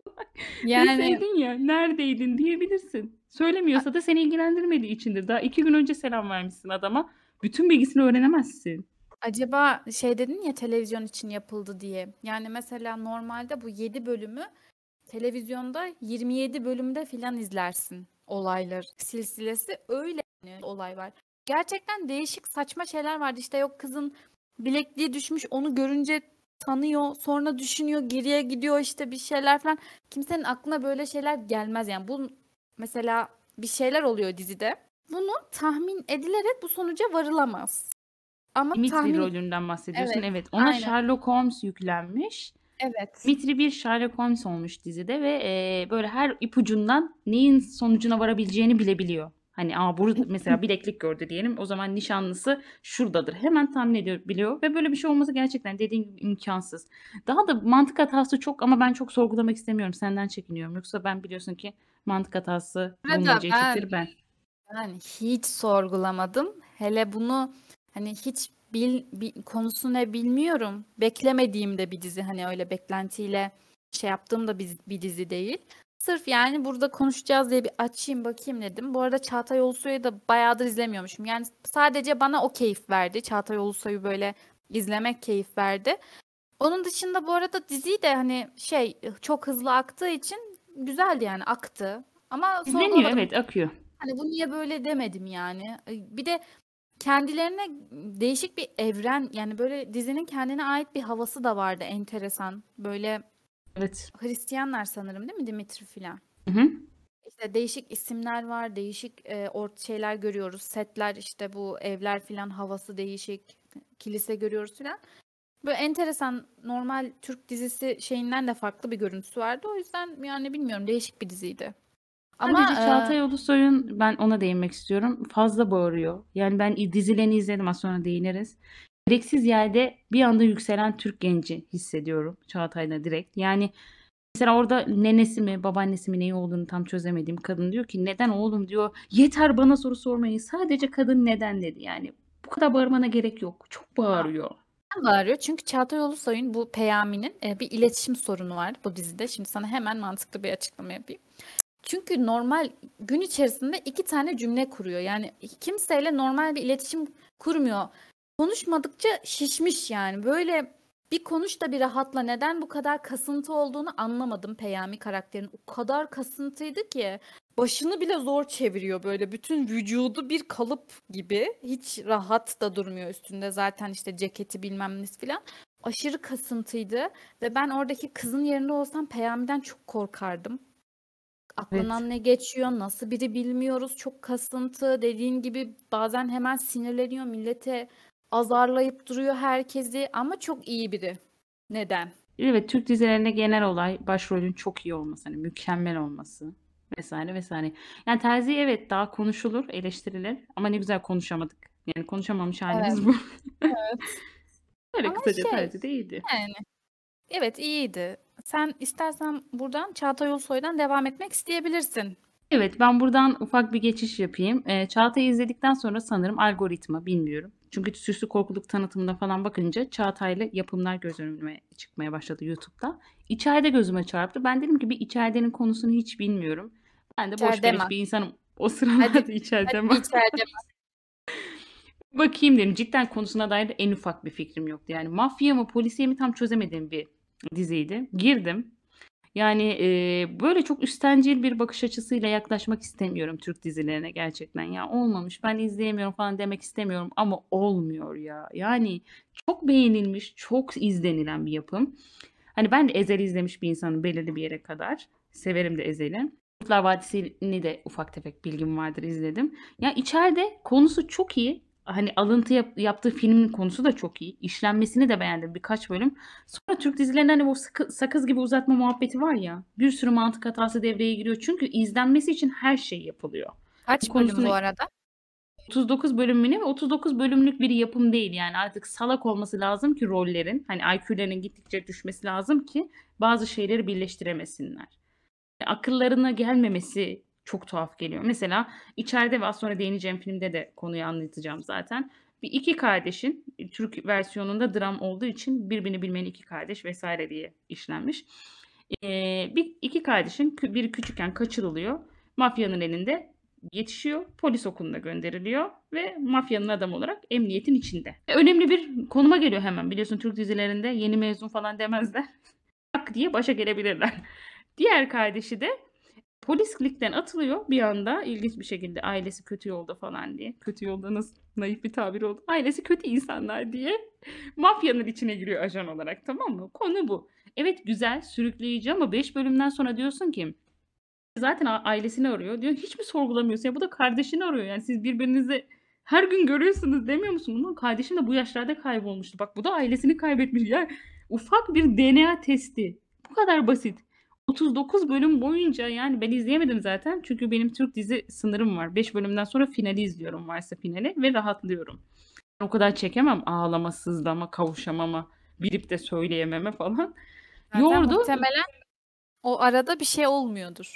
Speaker 1: Yani
Speaker 2: Deseydin ya neredeydin diyebilirsin. Söylemiyorsa da seni ilgilendirmediği içindir. Daha iki gün önce selam vermişsin adama. Bütün bilgisini öğrenemezsin.
Speaker 1: acaba şey dedin ya, televizyon için yapıldı diye. Yani mesela normalde bu yedi bölümü televizyonda yirmi yedi bölümde filan izlersin olaylar silsilesi. Öyle yani olay var. Gerçekten değişik saçma şeyler vardı. İşte yok kızın bilekliği düşmüş, onu görünce tanıyor, sonra düşünüyor, geriye gidiyor işte bir şeyler falan. Kimsenin aklına böyle şeyler gelmez yani. Bu mesela bir şeyler oluyor dizide. Bunu tahmin edilerek bu sonuca varılamaz. Ama
Speaker 2: Dimitri
Speaker 1: tahmin,
Speaker 2: rolünden bahsediyorsun.
Speaker 1: evet,
Speaker 2: Evet, ona
Speaker 1: aynen.
Speaker 2: Sherlock Holmes yüklenmiş.
Speaker 1: Evet.
Speaker 2: Dimitri bir Sherlock Holmes olmuş dizide ve e, böyle her ipucundan neyin sonucuna varabileceğini bilebiliyor. Hani aa burada mesela bileklik gördü diyelim. O zaman nişanlısı şuradadır. Hemen tahmin ediyor, biliyor ve böyle bir şey olması gerçekten dediğin gibi imkansız. Daha da mantık hatası çok ama ben çok sorgulamak istemiyorum. Senden çekiniyorum. Yoksa ben biliyorsun ki mantık hatası
Speaker 1: Burada
Speaker 2: bulmaca
Speaker 1: ben
Speaker 2: eşittir ben.
Speaker 1: ben hiç sorgulamadım. Hele bunu hani hiç bil, bi- konusu ne bilmiyorum. Beklemediğim de bir dizi. Hani öyle beklentiyle şey yaptığım da bir, bir dizi değil. Sırf yani burada konuşacağız diye bir açayım bakayım dedim. Bu arada Çağatay Ulusoy'u da bayağıdır izlemiyormuşum. Yani sadece bana o keyif verdi. Çağatay Ulusoy'u böyle izlemek keyif verdi. Onun dışında bu arada dizi de hani şey çok hızlı aktığı için güzeldi yani aktı. Ama
Speaker 2: İzleniyor,
Speaker 1: sorgulamadım.
Speaker 2: evet, akıyor.
Speaker 1: Hani bu niye böyle demedim yani. Bir de kendilerine değişik bir evren yani böyle dizinin kendine ait bir havası da vardı enteresan. Böyle
Speaker 2: Evet.
Speaker 1: Hristiyanlar sanırım değil mi Dimitri filan?
Speaker 2: Hı hı.
Speaker 1: İşte değişik isimler var, değişik e, ort şeyler görüyoruz. Setler işte bu evler filan havası değişik. Kilise görüyoruz filan. Böyle enteresan normal Türk dizisi şeyinden de farklı bir görüntüsü vardı. O yüzden yani bilmiyorum değişik bir diziydi. Ama
Speaker 2: Sadece Çağatay Ulusoy'un, ben ona değinmek istiyorum, fazla bağırıyor. Yani ben i- dizilerini izledim, az sonra değiniriz. Gereksiz yerde bir anda yükselen Türk genci hissediyorum Çağatay'da direkt. Yani mesela orada nenesi mi, babaannesi mi neyi olduğunu tam çözemediğim kadın diyor ki neden oğlum diyor. Yeter bana soru sormayın. Sadece kadın neden dedi yani. Bu kadar bağırmana gerek yok. Çok
Speaker 1: e,
Speaker 2: bağırıyor.
Speaker 1: bağırıyor. Çünkü Çağatay Ulusoy'un bu Peyami'nin e, bir iletişim sorunu var bu dizide. Şimdi sana hemen mantıklı bir açıklama yapayım. Çünkü normal gün içerisinde iki tane cümle kuruyor. Yani kimseyle normal bir iletişim kurmuyor. Konuşmadıkça şişmiş yani. Böyle bir konuş da bir rahatla. Neden bu kadar kasıntı olduğunu anlamadım Peyami karakterin. O kadar kasıntıydı ki başını bile zor çeviriyor böyle. Bütün vücudu bir kalıp gibi. Hiç rahat da durmuyor üstünde. Zaten işte ceketi bilmem nesi falan. Aşırı kasıntıydı ve ben oradaki kızın yerinde olsam Peyami'den çok korkardım.
Speaker 2: Evet.
Speaker 1: Aklından ne geçiyor, nasıl biri bilmiyoruz. Çok kasıntı, dediğin gibi bazen hemen sinirleniyor, millete azarlayıp duruyor herkesi ama çok iyi biri. Neden?
Speaker 2: Evet, Türk dizilerinde genel olay başrolün çok iyi olması, hani mükemmel olması vesaire vesaire. Yani Terzi evet daha konuşulur, eleştirilir ama ne güzel konuşamadık. Yani konuşamamış
Speaker 1: Evet.
Speaker 2: halimiz bu.
Speaker 1: Evet.
Speaker 2: Öyle
Speaker 1: Ama
Speaker 2: kısaca
Speaker 1: şey,
Speaker 2: Terzi de iyiydi.
Speaker 1: yani evet iyiydi. Sen istersen buradan Çağatay Ulusoy'dan devam etmek isteyebilirsin.
Speaker 2: Evet, ben buradan ufak bir geçiş yapayım. Ee, Çağatay'ı izledikten sonra sanırım algoritma, bilmiyorum. Çünkü Süslü Korkuluk tanıtımına falan bakınca Çağatay'la yapımlar göz önüme çıkmaya başladı YouTube'da. İçeride gözüme çarptı. Ben dedim ki bir içeridenin konusunu hiç bilmiyorum. Ben de boş
Speaker 1: İçeride mi?
Speaker 2: beleş bir insanım. O
Speaker 1: Hadi,
Speaker 2: sıralarda içeride
Speaker 1: hadi
Speaker 2: mi?
Speaker 1: bir içeride mi?
Speaker 2: Bakayım dedim. Cidden konusuna dair de en ufak bir fikrim yoktu. Yani mafya mı polisiye mi tam çözemediğim bir diziydi. Girdim. Yani, eee, böyle çok üstencil bir bakış açısıyla yaklaşmak istemiyorum Türk dizilerine gerçekten. Ya olmamış, ben izleyemiyorum falan demek istemiyorum ama olmuyor ya. Yani çok beğenilmiş, çok izlenilen bir yapım. Hani ben de Ezel'i izlemiş bir insanım belirli bir yere kadar. Severim de Ezel'i. Kurtlar Vadisi'ni de ufak tefek bilgim vardır, izledim. Ya içeride konusu çok iyi. Hani alıntı yap yaptığı filmin konusu da çok iyi. İşlenmesini de beğendim birkaç bölüm. Sonra Türk dizilerinde hani bu sıkı sakız gibi uzatma muhabbeti var ya, bir sürü mantık hatası devreye giriyor. Çünkü izlenmesi için her şey yapılıyor.
Speaker 1: Kaç bölüm
Speaker 2: Konusunu
Speaker 1: bu arada?
Speaker 2: otuz dokuz bölüm mü ne ve otuz dokuz bölümlük bir yapım değil yani artık salak olması lazım ki rollerin, hani I Q'lerinin gittikçe düşmesi lazım ki bazı şeyleri birleştiremesinler. Akıllarına gelmemesi çok tuhaf geliyor. Mesela içeride ve az sonra değineceğim filmde de konuyu anlatacağım zaten. Bir iki kardeşin Türk versiyonunda dram olduğu için birbirini bilmeyen iki kardeş vesaire diye işlenmiş. Ee, bir iki kardeşin kü- biri küçükken kaçırılıyor. Mafyanın elinde yetişiyor. Polis okuluna gönderiliyor ve mafyanın adamı olarak emniyetin içinde. Önemli bir konuma geliyor hemen. Biliyorsun Türk dizilerinde yeni mezun falan demezler. Tak diye başa gelebilirler. Diğer kardeşi de polislikten atılıyor bir anda ilginç bir şekilde ailesi kötü yolda falan diye. Kötü yolda nasıl naif bir tabir oldu. Ailesi kötü insanlar diye mafyanın içine giriyor ajan olarak, tamam mı? Konu bu. Evet güzel, sürükleyici ama beş bölümden sonra diyorsun ki zaten a- ailesini arıyor. Diyor hiç mi sorgulamıyorsun? Ya bu da kardeşini arıyor. Yani siz birbirinizi her gün görüyorsunuz demiyor musun? Bunun kardeşim de bu yaşlarda kaybolmuştu. Bak bu da ailesini kaybetmiş. Ya ufak bir D N A testi. Bu kadar basit. otuz dokuz bölüm boyunca yani ben izleyemedim zaten. Çünkü benim Türk dizi sınırım var. beş bölümden sonra finali izliyorum varsa finali ve rahatlıyorum. O kadar çekemem ağlama, sızlama, kavuşamama, bilip de söyleyememe falan.
Speaker 1: Zaten
Speaker 2: Yordu.
Speaker 1: muhtemelen o arada bir şey olmuyordur.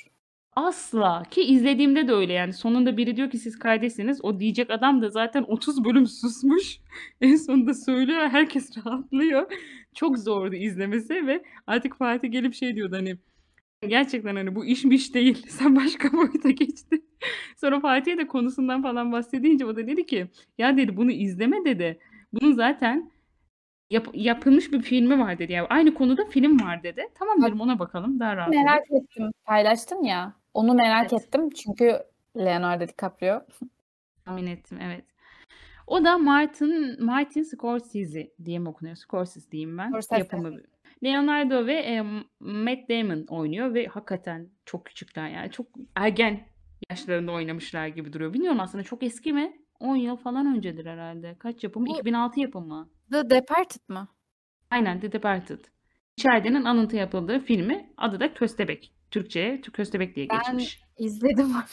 Speaker 2: Asla ki izlediğimde de öyle yani sonunda biri diyor ki siz kardeşsiniz. O diyecek adam da zaten otuz bölüm susmuş. En sonunda söylüyor herkes rahatlıyor. Çok zordu izlemesi ve artık Fatih gelip şey diyordu hani gerçekten hani bu işmiş değil. Sen başka boyuta geçtin. Sonra Fatih'e de konusundan falan bahsedince o da dedi ki ya dedi bunu izleme dedi. Bunun zaten yap yapılmış bir filmi var dedi. Yani aynı konuda film var dedi. Tamam
Speaker 1: Bak
Speaker 2: dedim ona bakalım daha rahat olur.
Speaker 1: merak ettim. Paylaştın ya. Onu merak
Speaker 2: Evet.
Speaker 1: ettim çünkü Leonardo DiCaprio.
Speaker 2: Tahmin ettim evet. O da Martin Martin Scorsese diye mi okunuyor? Scorsese diyeyim ben.
Speaker 1: Scorsese.
Speaker 2: Yapımı. Leonardo ve em, Matt Damon oynuyor ve hakikaten çok küçükler yani. Çok ergen yaşlarında oynamışlar gibi duruyor. Bilmiyorum aslında çok eski mi? on yıl falan öncedir herhalde. Kaç yapımı?
Speaker 1: Bu
Speaker 2: iki bin altı yapımı.
Speaker 1: The Departed mı?
Speaker 2: Aynen The Departed. İçeridenin alıntı yapıldığı filmi. Adı da Köstebek. Türkçe'ye Köstebek diye
Speaker 1: Ben
Speaker 2: geçmiş.
Speaker 1: izledim onu.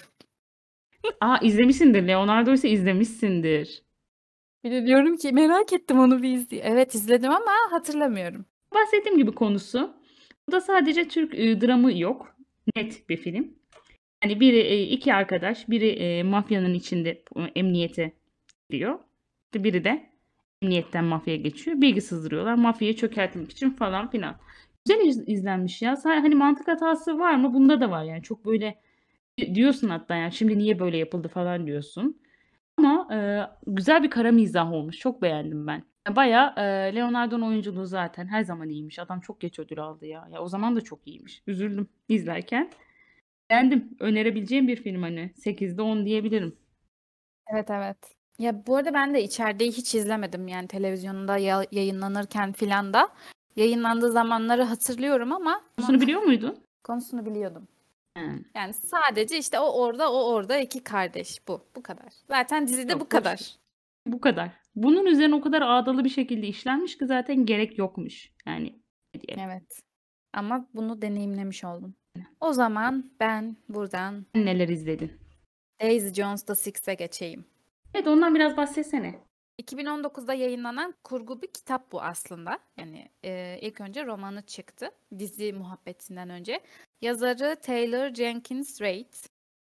Speaker 2: Aa izlemişsindir. Leonardo ise izlemişsindir.
Speaker 1: Bir de diyorum ki merak ettim onu bir izleyeyim. Evet izledim ama hatırlamıyorum.
Speaker 2: Bahsettiğim gibi konusu. Burada sadece Türk e, dramı yok. Net bir film. Hani biri e, iki arkadaş, biri e, mafyanın içinde e, emniyete giriyor. İşte biri de emniyetten mafyaya geçiyor. Bilgi sızdırıyorlar. Mafyayı çökertmek için falan filan. Güzel iz- izlenmiş ya. Sadece hani mantık hatası var mı? Bunda da var yani. Çok böyle diyorsun hatta yani şimdi niye böyle yapıldı falan diyorsun. Ama e, güzel bir kara mizah olmuş. Çok beğendim ben. Bayağı e, Leonardo'nun oyunculuğu zaten her zaman iyiymiş. Adam çok geç ödül aldı ya. Ya o zaman da çok iyiymiş. Üzüldüm izlerken. Beğendim. Önerebileceğim bir film hani. sekizde on diyebilirim.
Speaker 1: Evet evet. Ya bu arada ben de içerideyi hiç izlemedim yani televizyonda ya- yayınlanırken filan da. Yayınlandığı zamanları hatırlıyorum ama
Speaker 2: Konusunu biliyor muydun?
Speaker 1: konusunu biliyordum.
Speaker 2: He.
Speaker 1: Yani sadece işte o orada o orada iki kardeş bu. Bu kadar. Zaten dizide bu
Speaker 2: Yok boş ver.
Speaker 1: kadar.
Speaker 2: Bu kadar. Bunun üzerine o kadar ağdalı bir şekilde işlenmiş ki zaten gerek yokmuş. Yani ne diyelim.
Speaker 1: Evet. Ama bunu deneyimlemiş oldum. O zaman ben buradan
Speaker 2: Sen neler izledin?
Speaker 1: Daisy Jones'da Six'e geçeyim.
Speaker 2: Evet ondan biraz bahsetsene.
Speaker 1: iki bin on dokuzda yayınlanan kurgu bir kitap bu aslında. Yani e, ilk önce romanı çıktı. Dizi muhabbetinden önce. Yazarı Taylor Jenkins Reid.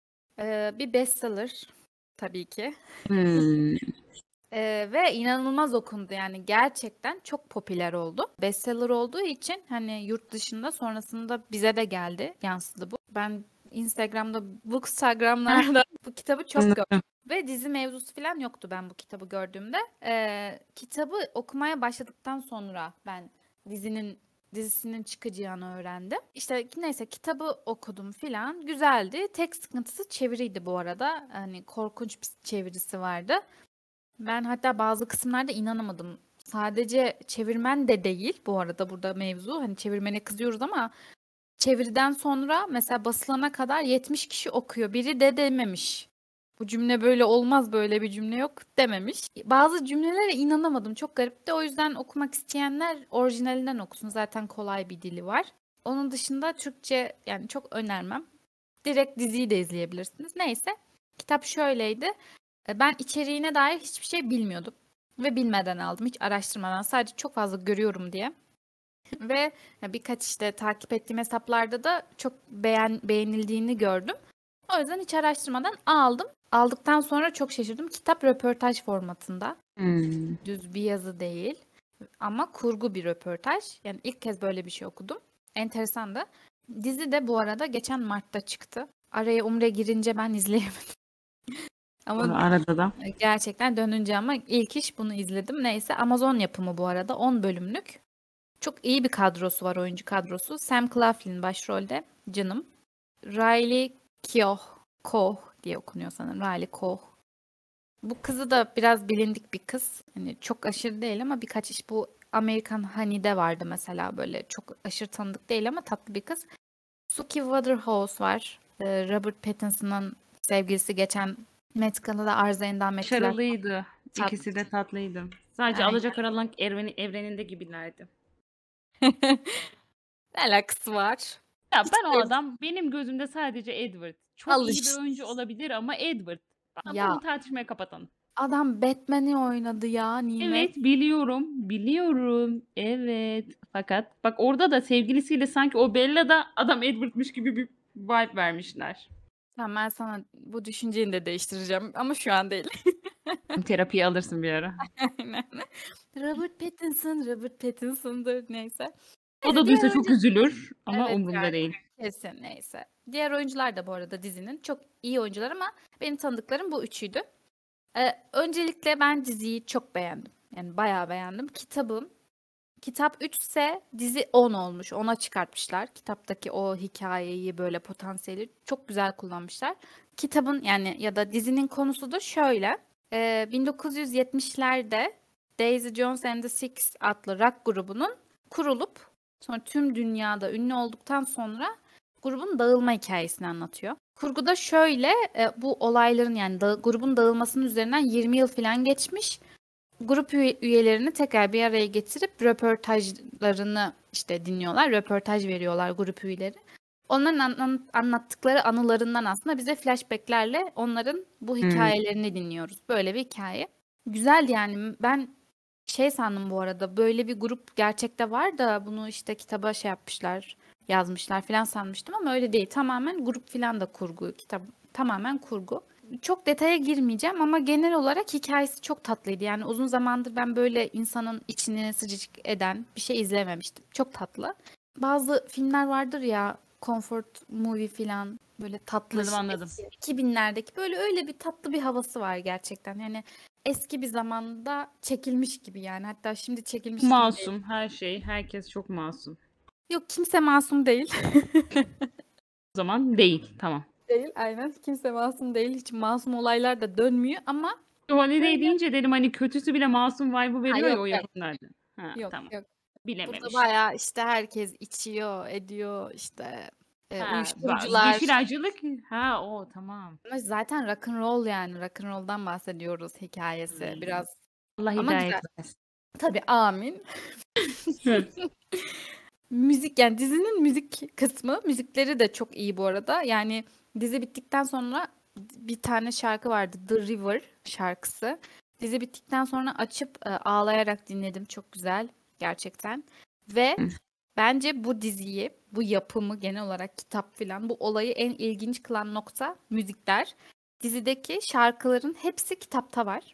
Speaker 1: E, bir bestseller tabii ki.
Speaker 2: Hmm.
Speaker 1: E, ve inanılmaz okundu yani gerçekten çok popüler oldu. Bestseller olduğu için hani yurt dışında sonrasında bize de geldi, yansıdı bu. Ben Instagram'da, Bookstagram'larda bu kitabı çok gördüm. Ve dizi mevzusu falan yoktu ben bu kitabı gördüğümde. Ee, kitabı okumaya başladıktan sonra ben dizinin dizisinin çıkacağını öğrendim. İşte neyse kitabı okudum filan. Güzeldi. Tek sıkıntısı çeviriydi bu arada. Hani korkunç bir çevirisi vardı. Ben hatta bazı kısımlarda inanamadım. Sadece çevirmen de değil bu arada burada mevzu. Hani çevirmene kızıyoruz ama çeviriden sonra mesela basılana kadar yetmiş kişi okuyor. Biri de dememiş. Bu cümle böyle olmaz, böyle bir cümle yok dememiş. Bazı cümlelere inanamadım. Çok garipti. O yüzden okumak isteyenler orijinalinden okusun. Zaten kolay bir dili var. Onun dışında Türkçe yani çok önermem. Direkt diziyi de izleyebilirsiniz. Neyse. Kitap şöyleydi. E, Ben içeriğine dair hiçbir şey bilmiyordum. Ve bilmeden aldım. Hiç araştırmadan. Sadece çok fazla görüyorum diye. Ve birkaç işte takip ettiğim hesaplarda da çok beğen beğenildiğini gördüm. O yüzden hiç araştırmadan aldım. Aldıktan sonra çok şaşırdım. Kitap röportaj formatında.
Speaker 2: Hmm.
Speaker 1: Düz bir yazı değil. Ama kurgu bir röportaj. Yani ilk kez böyle bir şey okudum. Enteresan da. Dizi de bu arada geçen Mart'ta çıktı. Araya Umre girince ben izleyemedim. Ama
Speaker 2: Arada da.
Speaker 1: gerçekten dönünce ama ilk iş bunu izledim. Neyse Amazon yapımı bu arada on bölümlük. Çok iyi bir kadrosu var, oyuncu kadrosu. Sam Claflin başrolde, canım. Riley Keough, Koh diye okunuyor sanırım. Riley Koh. Bu kızı da biraz bilindik bir kız. Hani çok aşırı değil ama birkaç iş bu American Honey'de vardı mesela, böyle çok aşırı tanıdık değil ama tatlı bir kız. Suki Waterhouse var. Ee, Robert Pattinson'ın sevgilisi, geçen Met Gala'da arıza endam ettiler.
Speaker 2: Başarılıydı.
Speaker 1: Tatlı.
Speaker 2: İkisi de tatlıydı. Sadece
Speaker 1: Aynen.
Speaker 2: Alacakaranlık evreni, evreninde gibilerdi.
Speaker 1: Ne alakası var?
Speaker 2: Ya
Speaker 1: Hiç
Speaker 2: ben o
Speaker 1: böyle
Speaker 2: adam benim gözümde sadece Edward. Çok iyi bir
Speaker 1: alış.
Speaker 2: oyuncu olabilir ama Edward. Aa,
Speaker 1: Ya
Speaker 2: bunu tartışmaya kapatalım.
Speaker 1: adam Batman'i oynadı ya Nimet.
Speaker 2: Evet biliyorum. Biliyorum. Evet. Fakat bak orada da sevgilisiyle sanki o Bella da adam Edward'mış gibi bir vibe vermişler.
Speaker 1: Tamam, ben sana bu düşünceni de değiştireceğim ama şu an değil.
Speaker 2: Terapiyi alırsın bir ara.
Speaker 1: Aynen. Robert Pattinson, Robert Pattinson'dır neyse.
Speaker 2: O
Speaker 1: Neyse
Speaker 2: da duysa
Speaker 1: diğer
Speaker 2: çok
Speaker 1: oyuncu
Speaker 2: üzülür ama
Speaker 1: evet
Speaker 2: umurumda
Speaker 1: yani
Speaker 2: değil.
Speaker 1: kesin neyse. Diğer oyuncular da bu arada dizinin çok iyi oyuncular ama benim tanıdıklarım bu üçüydü. Ee, öncelikle ben diziyi çok beğendim. Yani bayağı beğendim. Kitabım Kitap üç ise dizi on olmuş. ona çıkartmışlar. Kitaptaki o hikayeyi böyle potansiyeli çok güzel kullanmışlar. Kitabın yani ya da dizinin konusu da şöyle. Ee, bin dokuz yüz yetmişlerde Daisy Jones and the Six adlı rock grubunun kurulup sonra tüm dünyada ünlü olduktan sonra grubun dağılma hikayesini anlatıyor. Kurguda şöyle e, bu olayların yani da, grubun dağılmasının üzerinden yirmi yıl falan geçmiş. Grup üye- üyelerini tekrar bir araya getirip röportajlarını işte dinliyorlar. Röportaj veriyorlar grup üyeleri. Onların an- anlattıkları anılarından aslında bize flashbacklerle onların bu
Speaker 2: Hımm.
Speaker 1: hikayelerini dinliyoruz. Böyle bir hikaye. Güzeldi yani. Ben şey sandım bu arada. Böyle bir grup gerçekte var da bunu işte kitaba şey yapmışlar, yazmışlar falan sanmıştım ama öyle değil. Tamamen grup falan da kurgu. Kitap tamamen kurgu. Çok detaya girmeyeceğim ama genel olarak hikayesi çok tatlıydı. Yani uzun zamandır ben böyle insanın içini sıcacık eden bir şey izlememiştim. Çok tatlı. Bazı filmler vardır ya, comfort movie falan böyle
Speaker 2: Anladım,
Speaker 1: tatlış
Speaker 2: anladım.
Speaker 1: eski iki binlerdeki böyle öyle bir tatlı bir havası var gerçekten. Yani eski bir zamanda çekilmiş gibi yani. Hatta şimdi çekilmiş gibi değil.
Speaker 2: Masum her şey, herkes çok masum.
Speaker 1: Yok, kimse masum değil.
Speaker 2: O zaman değil, tamam.
Speaker 1: Değil, aynen. Kimse masum değil. Hiç masum olaylar da dönmüyor ama
Speaker 2: Holiday
Speaker 1: böyle
Speaker 2: deyince dedim, hani, kötüsü bile masum vibe'ı
Speaker 1: ha
Speaker 2: veriyor ya
Speaker 1: yok
Speaker 2: o
Speaker 1: yok.
Speaker 2: yapımlarda. Ha,
Speaker 1: Yok
Speaker 2: tamam.
Speaker 1: yok. Burada
Speaker 2: Bilememişim.
Speaker 1: bayağı işte herkes içiyor, ediyor işte e,
Speaker 2: Ha, ba
Speaker 1: uyuşturucular.
Speaker 2: Yeşilacılık. Ha, o tamam.
Speaker 1: Ama zaten rock and roll yani rock and roll'dan bahsediyoruz hikayesi
Speaker 2: Hımm.
Speaker 1: biraz
Speaker 2: Allah
Speaker 1: ama güzel.
Speaker 2: hidayet versin.
Speaker 1: Tabii amin.
Speaker 2: Hı.
Speaker 1: Müzik yani dizinin müzik kısmı, müzikleri de çok iyi bu arada. Yani dizi bittikten sonra bir tane şarkı vardı, The River şarkısı. Dizi bittikten sonra açıp e, ağlayarak dinledim. Çok güzel gerçekten. Ve bence bu diziyi, bu yapımı genel olarak kitap filan bu olayı en ilginç kılan nokta müzikler. Dizideki şarkıların hepsi kitapta var.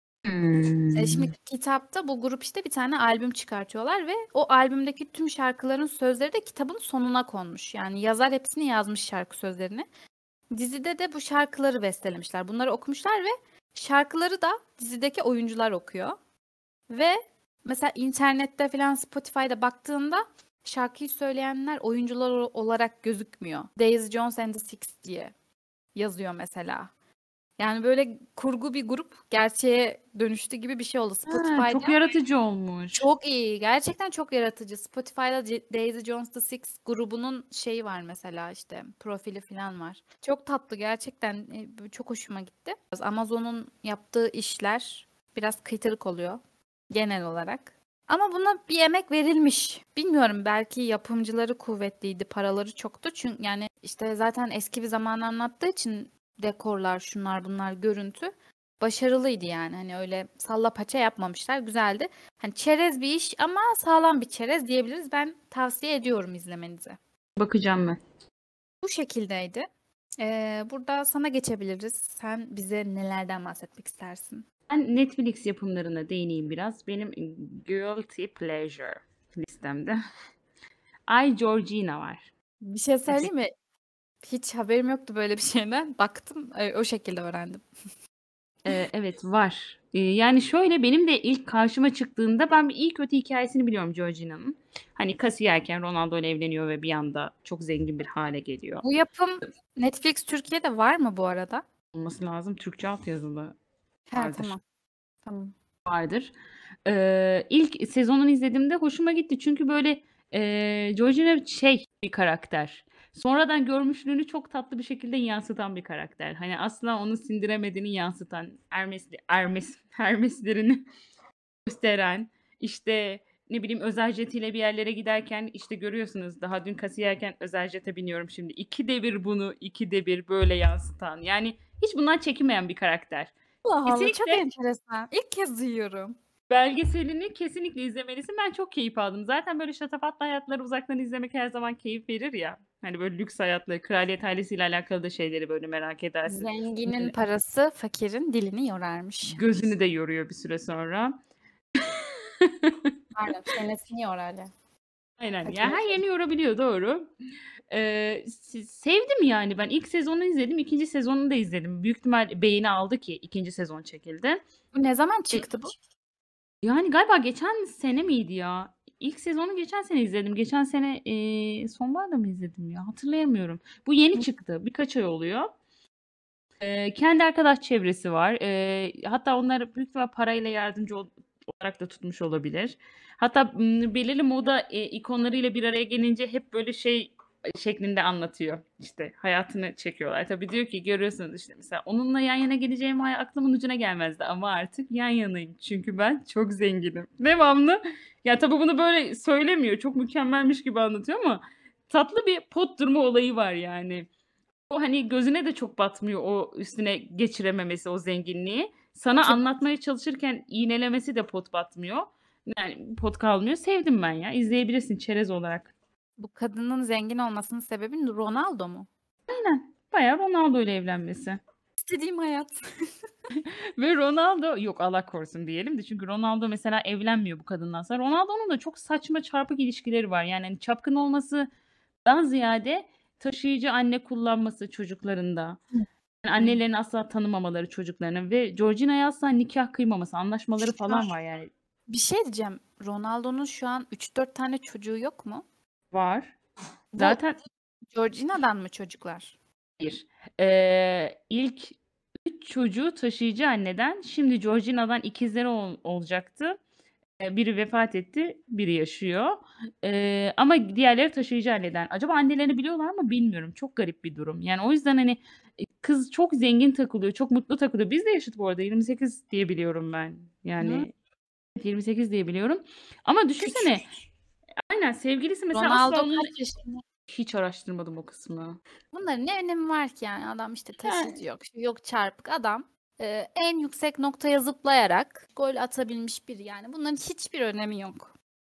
Speaker 1: E,
Speaker 2: Hımm.
Speaker 1: şimdi kitapta bu grup işte bir tane albüm çıkartıyorlar ve o albümdeki tüm şarkıların sözleri de kitabın sonuna konmuş. Yani yazar hepsini yazmış şarkı sözlerini. Dizide de bu şarkıları bestelemişler. Bunları okumuşlar ve şarkıları da dizideki oyuncular okuyor. Ve mesela internette falan Spotify'da baktığında şarkıyı söyleyenler oyuncular o- olarak gözükmüyor. Daisy Jones and the Six diye yazıyor mesela. Yani böyle kurgu bir grup gerçeğe dönüştü gibi bir şey oldu.
Speaker 2: Ha,
Speaker 1: Spotify'da
Speaker 2: çok yaratıcı olmuş.
Speaker 1: çok iyi. Gerçekten çok yaratıcı. Spotify'da C- Daisy Jones the Six grubunun şeyi var mesela işte profili falan var. Çok tatlı gerçekten e, çok hoşuma gitti. Amazon'un yaptığı işler biraz kıytırık oluyor genel olarak. Ama buna bir emek verilmiş. Bilmiyorum belki yapımcıları kuvvetliydi, paraları çoktu. Çünkü yani işte zaten eski bir zamanı anlattığı için dekorlar, şunlar bunlar, görüntü başarılıydı yani. Hani öyle salla paça yapmamışlar. Güzeldi. Hani çerez bir iş ama sağlam bir çerez diyebiliriz. Ben tavsiye ediyorum izlemenizi.
Speaker 2: Bakacağım ben.
Speaker 1: Bu şekildeydi. Ee, burada sana geçebiliriz. Sen bize nelerden bahsetmek istersin?
Speaker 2: Ben Netflix yapımlarına değineyim biraz. Benim guilty pleasure listemde I, Georgina var.
Speaker 1: Bir şey
Speaker 2: Evet.
Speaker 1: söyleyeyim mi? Hiç haberim yoktu böyle bir şeyden. Baktım, e, o şekilde öğrendim.
Speaker 2: Eee, evet, var. Eee, yani, şöyle, benim de ilk karşıma çıktığında ben bir iyi kötü hikâyesini biliyorum Georgina'nın. Hani, kasiyerken Ronaldo'yla evleniyor ve bir anda çok zengin bir hâle geliyor.
Speaker 1: Bu yapım Netflix Türkiye'de var mı bu arada?
Speaker 2: Olması lazım. Türkçe altyazılı
Speaker 1: He,
Speaker 2: vardır.
Speaker 1: tamam. Tamam.
Speaker 2: Vardır. Eee, ilk sezonunu izlediğimde hoşuma gitti. Çünkü, böyle, eee, Georgina şey bir karakter. Sonradan görmüşlüğünü çok tatlı bir şekilde yansıtan bir karakter. Hani, asla onu sindiremediğini yansıtan, Hermes'li Hermes Hermes'lerini gösteren, işte, ne bileyim, özel jetiyle bir yerlere giderken, işte, görüyorsunuz daha dün kasiyerken özel jete biniyorum şimdi. ikide bir bunu ikide bir böyle yansıtan, yani hiç bundan çekinmeyen bir karakter.
Speaker 1: Allah Allah, çok
Speaker 2: Kesinlikle
Speaker 1: enteresan. İlk kez duyuyorum.
Speaker 2: belgeselini kesinlikle izlemelisin. Ben çok keyif aldım. Zaten böyle şatafatlı hayatları uzaktan izlemek her zaman keyif verir ya. Hani, böyle lüks hayatları, kraliyet ailesiyle alakalı da şeyleri, böyle, merak edersin.
Speaker 1: Zenginin
Speaker 2: Böyle
Speaker 1: parası fakirin dilini yorarmış.
Speaker 2: gözünü de yoruyor bir süre sonra.
Speaker 1: Pardon, çenesini yorar ya.
Speaker 2: Aynen. Ya,
Speaker 1: Fakirin
Speaker 2: her
Speaker 1: çenesi.
Speaker 2: yerini yorabiliyor, doğru. Eee, s sevdim yani ben. İlk sezonunu izledim, ikinci sezonunu da izledim. Büyük ihtimal beğeni aldı ki ikinci sezon çekildi.
Speaker 1: Bu ne zaman
Speaker 2: E
Speaker 1: çıktı bu?
Speaker 2: Yani galiba geçen sene miydi ya? İlk sezonu geçen sene izledim. Geçen sene, eee, sonbaharda mı izledim ya? Hatırlayamıyorum. Bu yeni
Speaker 1: Hı.
Speaker 2: çıktı. Birkaç ay oluyor. Eee, kendi arkadaş çevresi var. Eee, hatta onlar büyük ihtimal parayla yardımcı ol olarak da tutmuş olabilir. Hatta, ımm, belirli moda, eee, ikonlarıyla bir araya gelince hep böyle şey şeklinde anlatıyor. İşte hayatını çekiyorlar. Tabii diyor ki görüyorsunuz işte mesela onunla yan yana geleceğim hay aklımın ucuna gelmezdi ama artık yan yanayım. Çünkü ben çok zenginim. Devamlı ya tabii bunu böyle söylemiyor. Çok mükemmelmiş gibi anlatıyor ama tatlı bir pot durma olayı var yani. O, hani, gözüne de çok batmıyor o üstüne geçirememesi o zenginliği. Sana
Speaker 1: Peki
Speaker 2: anlatmaya çalışırken iğnelemesi de pot batmıyor. Yani pot kalmıyor. Sevdim ben ya. İzleyebilirsin çerez olarak.
Speaker 1: bu kadının zengin olmasının sebebi Ronaldo mu?
Speaker 2: Aynen. Bayağı Ronaldo ile evlenmesi.
Speaker 1: İstediğim hayat.
Speaker 2: Ve Ronaldo yok Allah korusun diyelim de çünkü Ronaldo mesela evlenmiyor bu kadından sonra. Ronaldo'nun da çok saçma çarpık ilişkileri var. Yani, hani, çapkın olmasından ziyade taşıyıcı anne kullanması çocuklarında.
Speaker 1: Hı.
Speaker 2: Yani
Speaker 1: Hı.
Speaker 2: annelerini asla tanımamaları çocuklarının ve Georgina'ya asla nikâh kıymaması, anlaşmaları
Speaker 1: Şu an
Speaker 2: falan var yani.
Speaker 1: bir şey diyeceğim. Ronaldo'nun şu an üç dört tane çocuğu yok mu?
Speaker 2: Var.
Speaker 1: Bu
Speaker 2: Zaten
Speaker 1: Georgina'dan mı çocuklar?
Speaker 2: hayır. Eee, ilk üç çocuğu taşıyıcı anneden, şimdi Georgina'dan ikizleri ol olacaktı. Eee, biri vefat etti, biri yaşıyor. Eee, ama diğerleri taşıyıcı anneden. Acaba annelerini biliyorlar mı bilmiyorum. Çok garip bir durum. Yani o yüzden, hani, eee, kız çok zengin takılıyor, çok mutlu takılıyor. Bizle yaşıt bu arada. yirmi sekiz diye biliyorum ben.
Speaker 1: Hı.
Speaker 2: Yani yirmi sekiz diye biliyorum. Ama düşünsene
Speaker 1: Küçük.
Speaker 2: aynen sevgilisi mesela asla
Speaker 1: Ronaldo
Speaker 2: onunla
Speaker 1: kaç yaşında?
Speaker 2: hiç araştırmadım o kısmı.
Speaker 1: Bunların ne önemi var ki yani? Adam işte taşıyıcı
Speaker 2: Yani
Speaker 1: yok, şu yok çarpık. Adam eee, en yüksek noktaya zıplayarak gol atabilmiş biri yani. Bunların hiçbir önemi yok.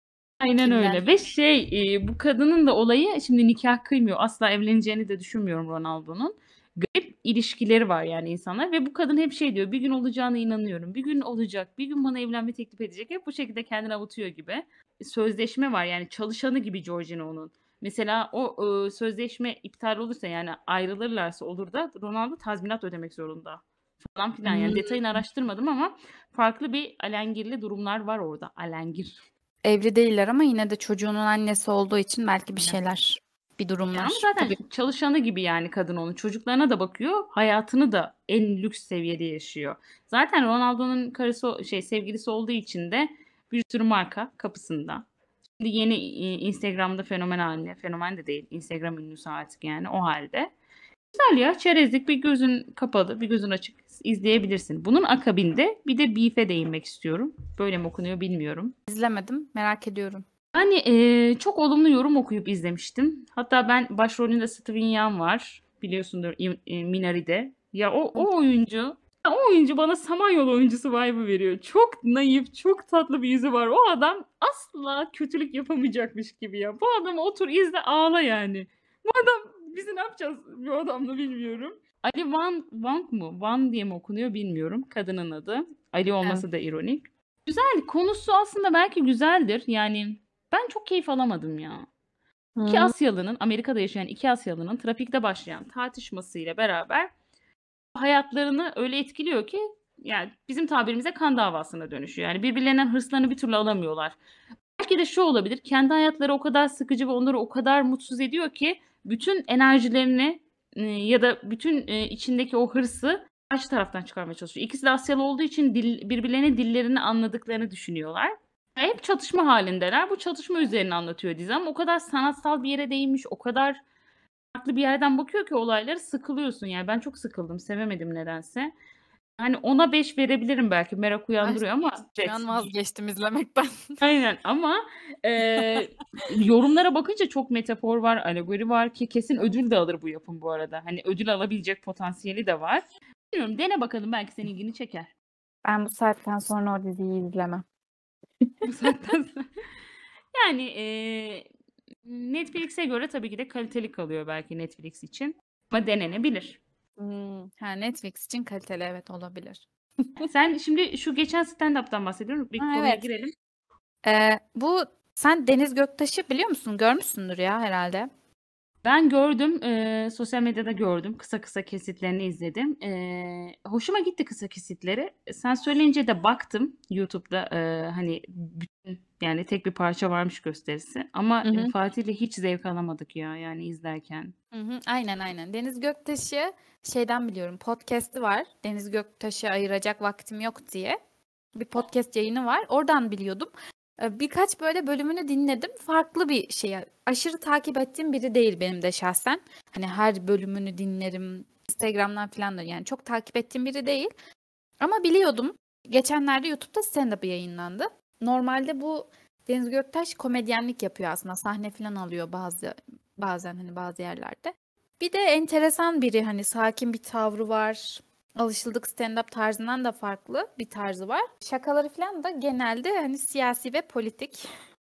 Speaker 2: aynen
Speaker 1: Kimden?
Speaker 2: öyle ve şey, eee, bu kadının da olayı şimdi nikâh kıymıyor. Asla evleneceğini de düşünmüyorum Ronaldo'nun. Garip ilişkileri var yani insanlar ve bu kadın hep şey diyor, "Bir gün olacağına inanıyorum. Bir gün olacak. Bir gün bana evlenme teklif edecek." Hep bu şekilde kendini avutuyor gibi. Sözleşme var yani çalışanı gibi Georgina onun. Mesela o, ııı, sözleşme iptal olursa yani ayrılırlarsa olur da Ronaldo tazminat ödemek zorunda falan filan. Yani
Speaker 1: Hımm.
Speaker 2: detayını araştırmadım ama farklı bir alengirli durumlar var orada. Alengir.
Speaker 1: Evli değiller ama yine de çocuğunun annesi olduğu için belki bir
Speaker 2: Aynen.
Speaker 1: şeyler, bir
Speaker 2: Aynen ama
Speaker 1: durumlar.
Speaker 2: zaten
Speaker 1: Tabii.
Speaker 2: çalışanı gibi yani kadın onun. Çocuklarına da bakıyor, hayatını da en lüks seviyede yaşıyor. Zaten Ronaldo'nun karısı o şey, sevgilisi olduğu için de bir sürü marka kapısında. Şimdi yeni, iii, Instagram'da fenomen hâline, fenomen de değil, Instagram ünlüsü artık yani o hâlde. Güzel ya, çerezlik, bir gözün kapalı, bir gözün açık izleyebilirsin. Bunun akabinde bir de Beef'e değinmek istiyorum. Böyle mi okunuyor bilmiyorum.
Speaker 1: İzlemedim, merak ediyorum.
Speaker 2: Yani, eee, çok olumlu yorum okuyup izlemiştim. Hatta ben başrolünde Steven Yeun var. Biliyorsundur im eee, Minari'de. Ya o
Speaker 1: Hı.
Speaker 2: o oyuncu ya o oyuncu bana Samanyolu oyuncusu vibe'ı veriyor. Çok naif, çok tatlı bir yüzü var. O adam asla kötülük yapamayacakmış gibi ya. Bu adamı otur izle ağla yani. Bu adam biz ne yapacağız bu adamla bilmiyorum. Ali Wang Wang mı? Wan diye mi okunuyor bilmiyorum kadının adı. Ali
Speaker 1: Evet.
Speaker 2: olması da ironik. Güzel, konusu aslında belki güzeldir. Yani ben çok keyif alamadım ya. iki
Speaker 1: Hıı.
Speaker 2: Asyalı'nın, Amerika'da yaşayan iki Asyalı'nın trafikte başlayan tartışmasıyla beraber hayatlarını öyle etkiliyor ki yani bizim tabirimizde kan davasına dönüşüyor. Yani birbirlerinden hırslarını bir türlü alamıyorlar. Belki de şu olabilir, kendi hayatları o kadar sıkıcı ve onları o kadar mutsuz ediyor ki bütün enerjilerini, eee, ya da bütün, eee, içindeki o hırsı karşı taraftan çıkarmaya çalışıyor. İkisi de Asyalı olduğu için dil birbirlerinin dillerini anladıklarını düşünüyorlar. Ve hep çatışma hâlindeler. Bu çatışma üzerine anlatıyor dizi ama o kadar sanatsal bir yere değinmiş, o kadar farklı bir yerden bakıyor ki olaylara sıkılıyorsun. Yani ben çok sıkıldım, sevemedim nedense. Hani ona beş verebilirim belki, merak
Speaker 1: Ay,
Speaker 2: uyandırıyor ama
Speaker 1: şu an
Speaker 2: ret.
Speaker 1: vazgeçtim izlemekten.
Speaker 2: Aynen ama, eee, yorumlara bakınca çok metafor var, alegori var ki kesin ödül de alır bu yapım bu arada. Hani ödül alabilecek potansiyeli de var. Bilmiyorum, dene bakalım belki senin ilgini çeker.
Speaker 1: Ben bu saatten sonra o diziyi izlemem.
Speaker 2: Bu saatten sonra. Yani, eee, Netflix'e göre tabii ki de kaliteli kalıyor belki Netflix için ama denenebilir.
Speaker 1: Hımm. Ha, Netflix için kaliteli, evet, olabilir.
Speaker 2: Sen şimdi şu geçen stand-up'tan bahsediyorum. Bir
Speaker 1: Ha,
Speaker 2: konuya
Speaker 1: evet.
Speaker 2: girelim.
Speaker 1: Eee, bu sen Deniz Göktaş'ı biliyor musun? Görmüşsündür ya herhâlde.
Speaker 2: Ben gördüm, eee, sosyal medyada gördüm. Kısa kısa kesitlerini izledim. Eee, hoşuma gitti kısa kesitleri. Sen söyleyince de baktım YouTube'da, eee, hani, bütün yani tek bir parça varmış gösterisi ama,
Speaker 1: Hı
Speaker 2: eee,
Speaker 1: hı.
Speaker 2: Fatih'le hiç zevk alamadık ya, yani izlerken.
Speaker 1: Hı hı. Aynen, aynen. Deniz Göktaş'ı şeyden biliyorum, podcast'i var. Deniz Göktaş'a ayıracak vaktim yok diye. Bir podcast yayını var. Oradan biliyordum. Eee, birkaç böyle bölümünü dinledim. Farklı bir şey. Aşırı takip ettiğim biri değil benim de şahsen. Hani her bölümünü dinlerim. Instagram'dan falan da yani çok takip ettiğim biri değil. Ama biliyordum. Geçenlerde YouTube'da stand-up'ı yayınlandı. Normalde bu Deniz Göktaş komedyenlik yapıyor aslında. Sahne falan alıyor bazı bazen hani bazı yerlerde. Bir de enteresan biri, hani sakin bir tavrı var. Alışıldık stand-up tarzından da farklı bir tarzı var. Şakaları falan da genelde hani siyasi ve politik.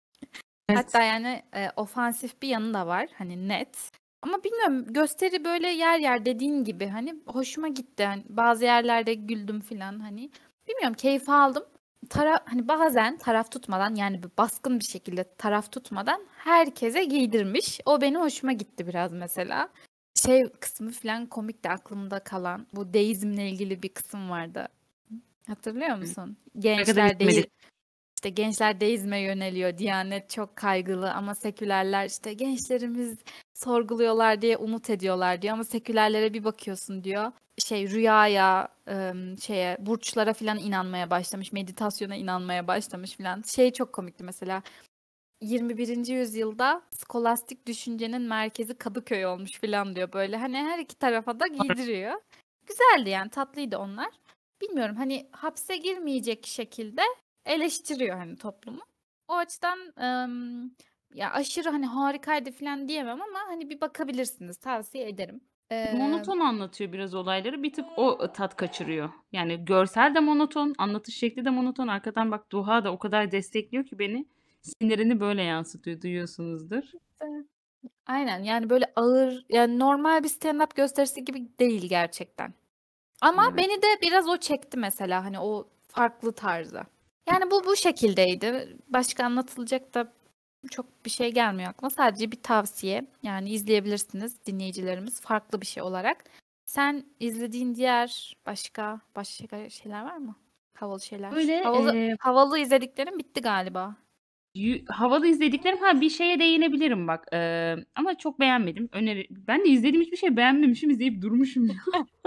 Speaker 1: Hatta
Speaker 2: Evet.
Speaker 1: yani e, ofansif bir yanı da var. Hani net. Ama bilmiyorum, gösteri böyle yer yer dediğin gibi hani hoşuma gitti. Hani bazı yerlerde güldüm falan hani. Bilmiyorum, keyif aldım. Tara hani bazen taraf tutmadan, yani bir baskın bir şekilde taraf tutmadan herkese giydirmiş. O benim hoşuma gitti biraz mesela. Şey kısmı falan komikti, aklımda kalan. Bu deizmle ilgili bir kısım vardı. Hatırlıyor
Speaker 2: Hı.
Speaker 1: musun?
Speaker 2: Ne kadar
Speaker 1: Gençler değil,
Speaker 2: izlemedik.
Speaker 1: işte gençler deizme yöneliyor. Diyanet çok kaygılı ama sekülerler işte gençlerimiz sorguluyorlar diye umut ediyorlar diyor. Ama sekülerlere bir bakıyorsun diyor. Şey rüyaya, ım, şeye, burçlara falan inanmaya başlamış. Meditasyona inanmaya başlamış falan. Şey çok komikti mesela. yirmi birinci yüzyılda skolastik düşüncenin merkezi Kadıköy olmuş falan diyor böyle. Hani her iki tarafa da giydiriyor. Güzeldi yani, tatlıydı onlar. Bilmiyorum, hani hapse girmeyecek şekilde eleştiriyor hani toplumu. O açıdan ım, ya aşırı hani harikaydı falan diyemem ama hani bir bakabilirsiniz, tavsiye ederim. Ee,
Speaker 2: Monoton anlatıyor biraz olayları. Bir tık o tat kaçırıyor. Yani görsel de monoton, anlatış şekli de monoton. Arkadan bak Duha da o kadar destekliyor ki beni. Sinirini böyle yansıtıyor, duyuyorsunuzdur.
Speaker 1: aynen, yani böyle ağır, yani normal bir stand-up gösterisi gibi değil gerçekten. Ama
Speaker 2: Evet.
Speaker 1: beni de biraz o çekti mesela, hani o farklı tarzı. Yani bu bu şekildeydi. Başka anlatılacak da çok bir şey gelmiyor aklıma. Sadece bir tavsiye. Yani izleyebilirsiniz dinleyicilerimiz, farklı bir şey olarak. Sen izlediğin diğer başka başka şeyler var mı? Havalı şeyler.
Speaker 2: Böyle
Speaker 1: Havalı
Speaker 2: eee,
Speaker 1: havalı izlediklerim bitti galiba.
Speaker 2: yü- havalı izlediklerim ha bir şeye değinebilirim bak. Eee, ama çok beğenmedim. Öneri ben de izlediğim hiçbir şey beğenmemişim, izleyip durmuşum ya.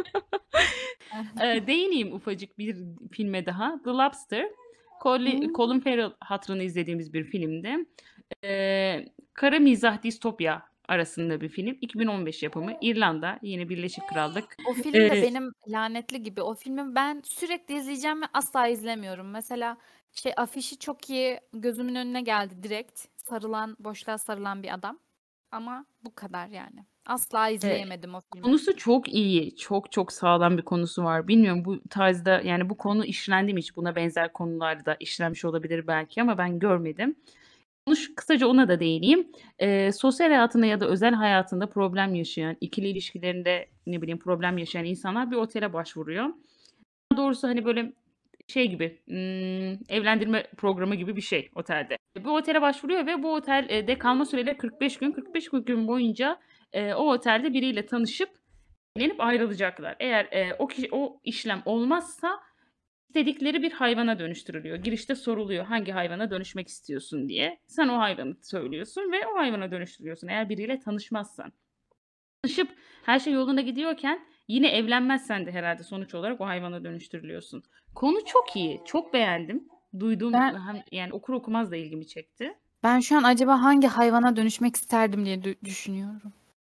Speaker 2: Eee, değineyim ufacık bir filme daha. The Lobster. Colli-
Speaker 1: Hmm.
Speaker 2: Colin Farrell hatırını izlediğimiz bir filmdi. Eee, kara mizah distopya arasında bir film. iki bin on beş yapımı. İrlanda, yine Birleşik Krallık.
Speaker 1: O film de
Speaker 2: Eee,
Speaker 1: benim lanetli gibi. O filmi ben sürekli izleyeceğim ve asla izlemiyorum. Mesela şey, afişi çok iyi, gözümün önüne geldi direkt. Sarılan, boşluğa sarılan bir adam. Ama bu kadar yani. Asla
Speaker 2: e,
Speaker 1: izleyemedim o filmi.
Speaker 2: konusu çok iyi. Çok çok sağlam bir konusu var. Bilmiyorum bu tarzda yani bu konu işlendi mi hiç? Buna benzer konularda işlenmiş olabilir belki ama ben görmedim. Konuş kısaca ona da değineyim. Eee, sosyal hayatında ya da özel hayatında problem yaşayan, ikili ilişkilerinde, ne bileyim, problem yaşayan insanlar bir otele başvuruyor. Daha doğrusu, hani, böyle, şey gibi, ımm, evlendirme programı gibi bir şey otelde. Bu otele başvuruyor ve bu otel eee, de kalma süreleri kırk beş gün. kırk beş gün boyunca, eee, o otelde biriyle tanışıp evlenip ayrılacaklar. Eğer, eee, o kişi o işlem olmazsa İstedikleri bir hayvana dönüştürülüyor. Girişte soruluyor, "Hangi hayvana dönüşmek istiyorsun?" diye. Sen o hayvanı söylüyorsun ve o hayvana dönüştürüyorsun eğer biriyle tanışmazsan. Tanışıp her şey yolunda gidiyorken yine evlenmezsen de herhâlde sonuç olarak o hayvana dönüştürülüyorsun. Konu çok iyi, çok beğendim. Duyduğum
Speaker 1: Ben
Speaker 2: hem yani okur okumaz da ilgimi çekti.
Speaker 1: ben şu an acaba hangi hayvana dönüşmek isterdim diye dü- düşünüyorum.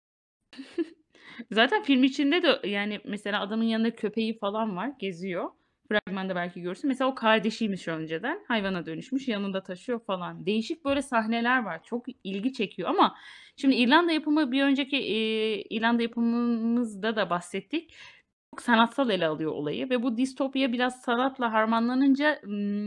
Speaker 2: Zaten film içinde de yani mesela adamın yanında köpeği falan var, geziyor. Fragmanda belki görürsün. Mesela o kardeşiymiş önceden. Hayvana dönüşmüş, yanında taşıyor falan. Değişik böyle sahneler var. Çok ilgi çekiyor ama şimdi İrlanda yapımı bir önceki, eee, İrlanda yapımımızda da bahsettik. Çok sanatsal ele alıyor olayı ve bu distopya biraz sanatla harmanlanınca, ımm,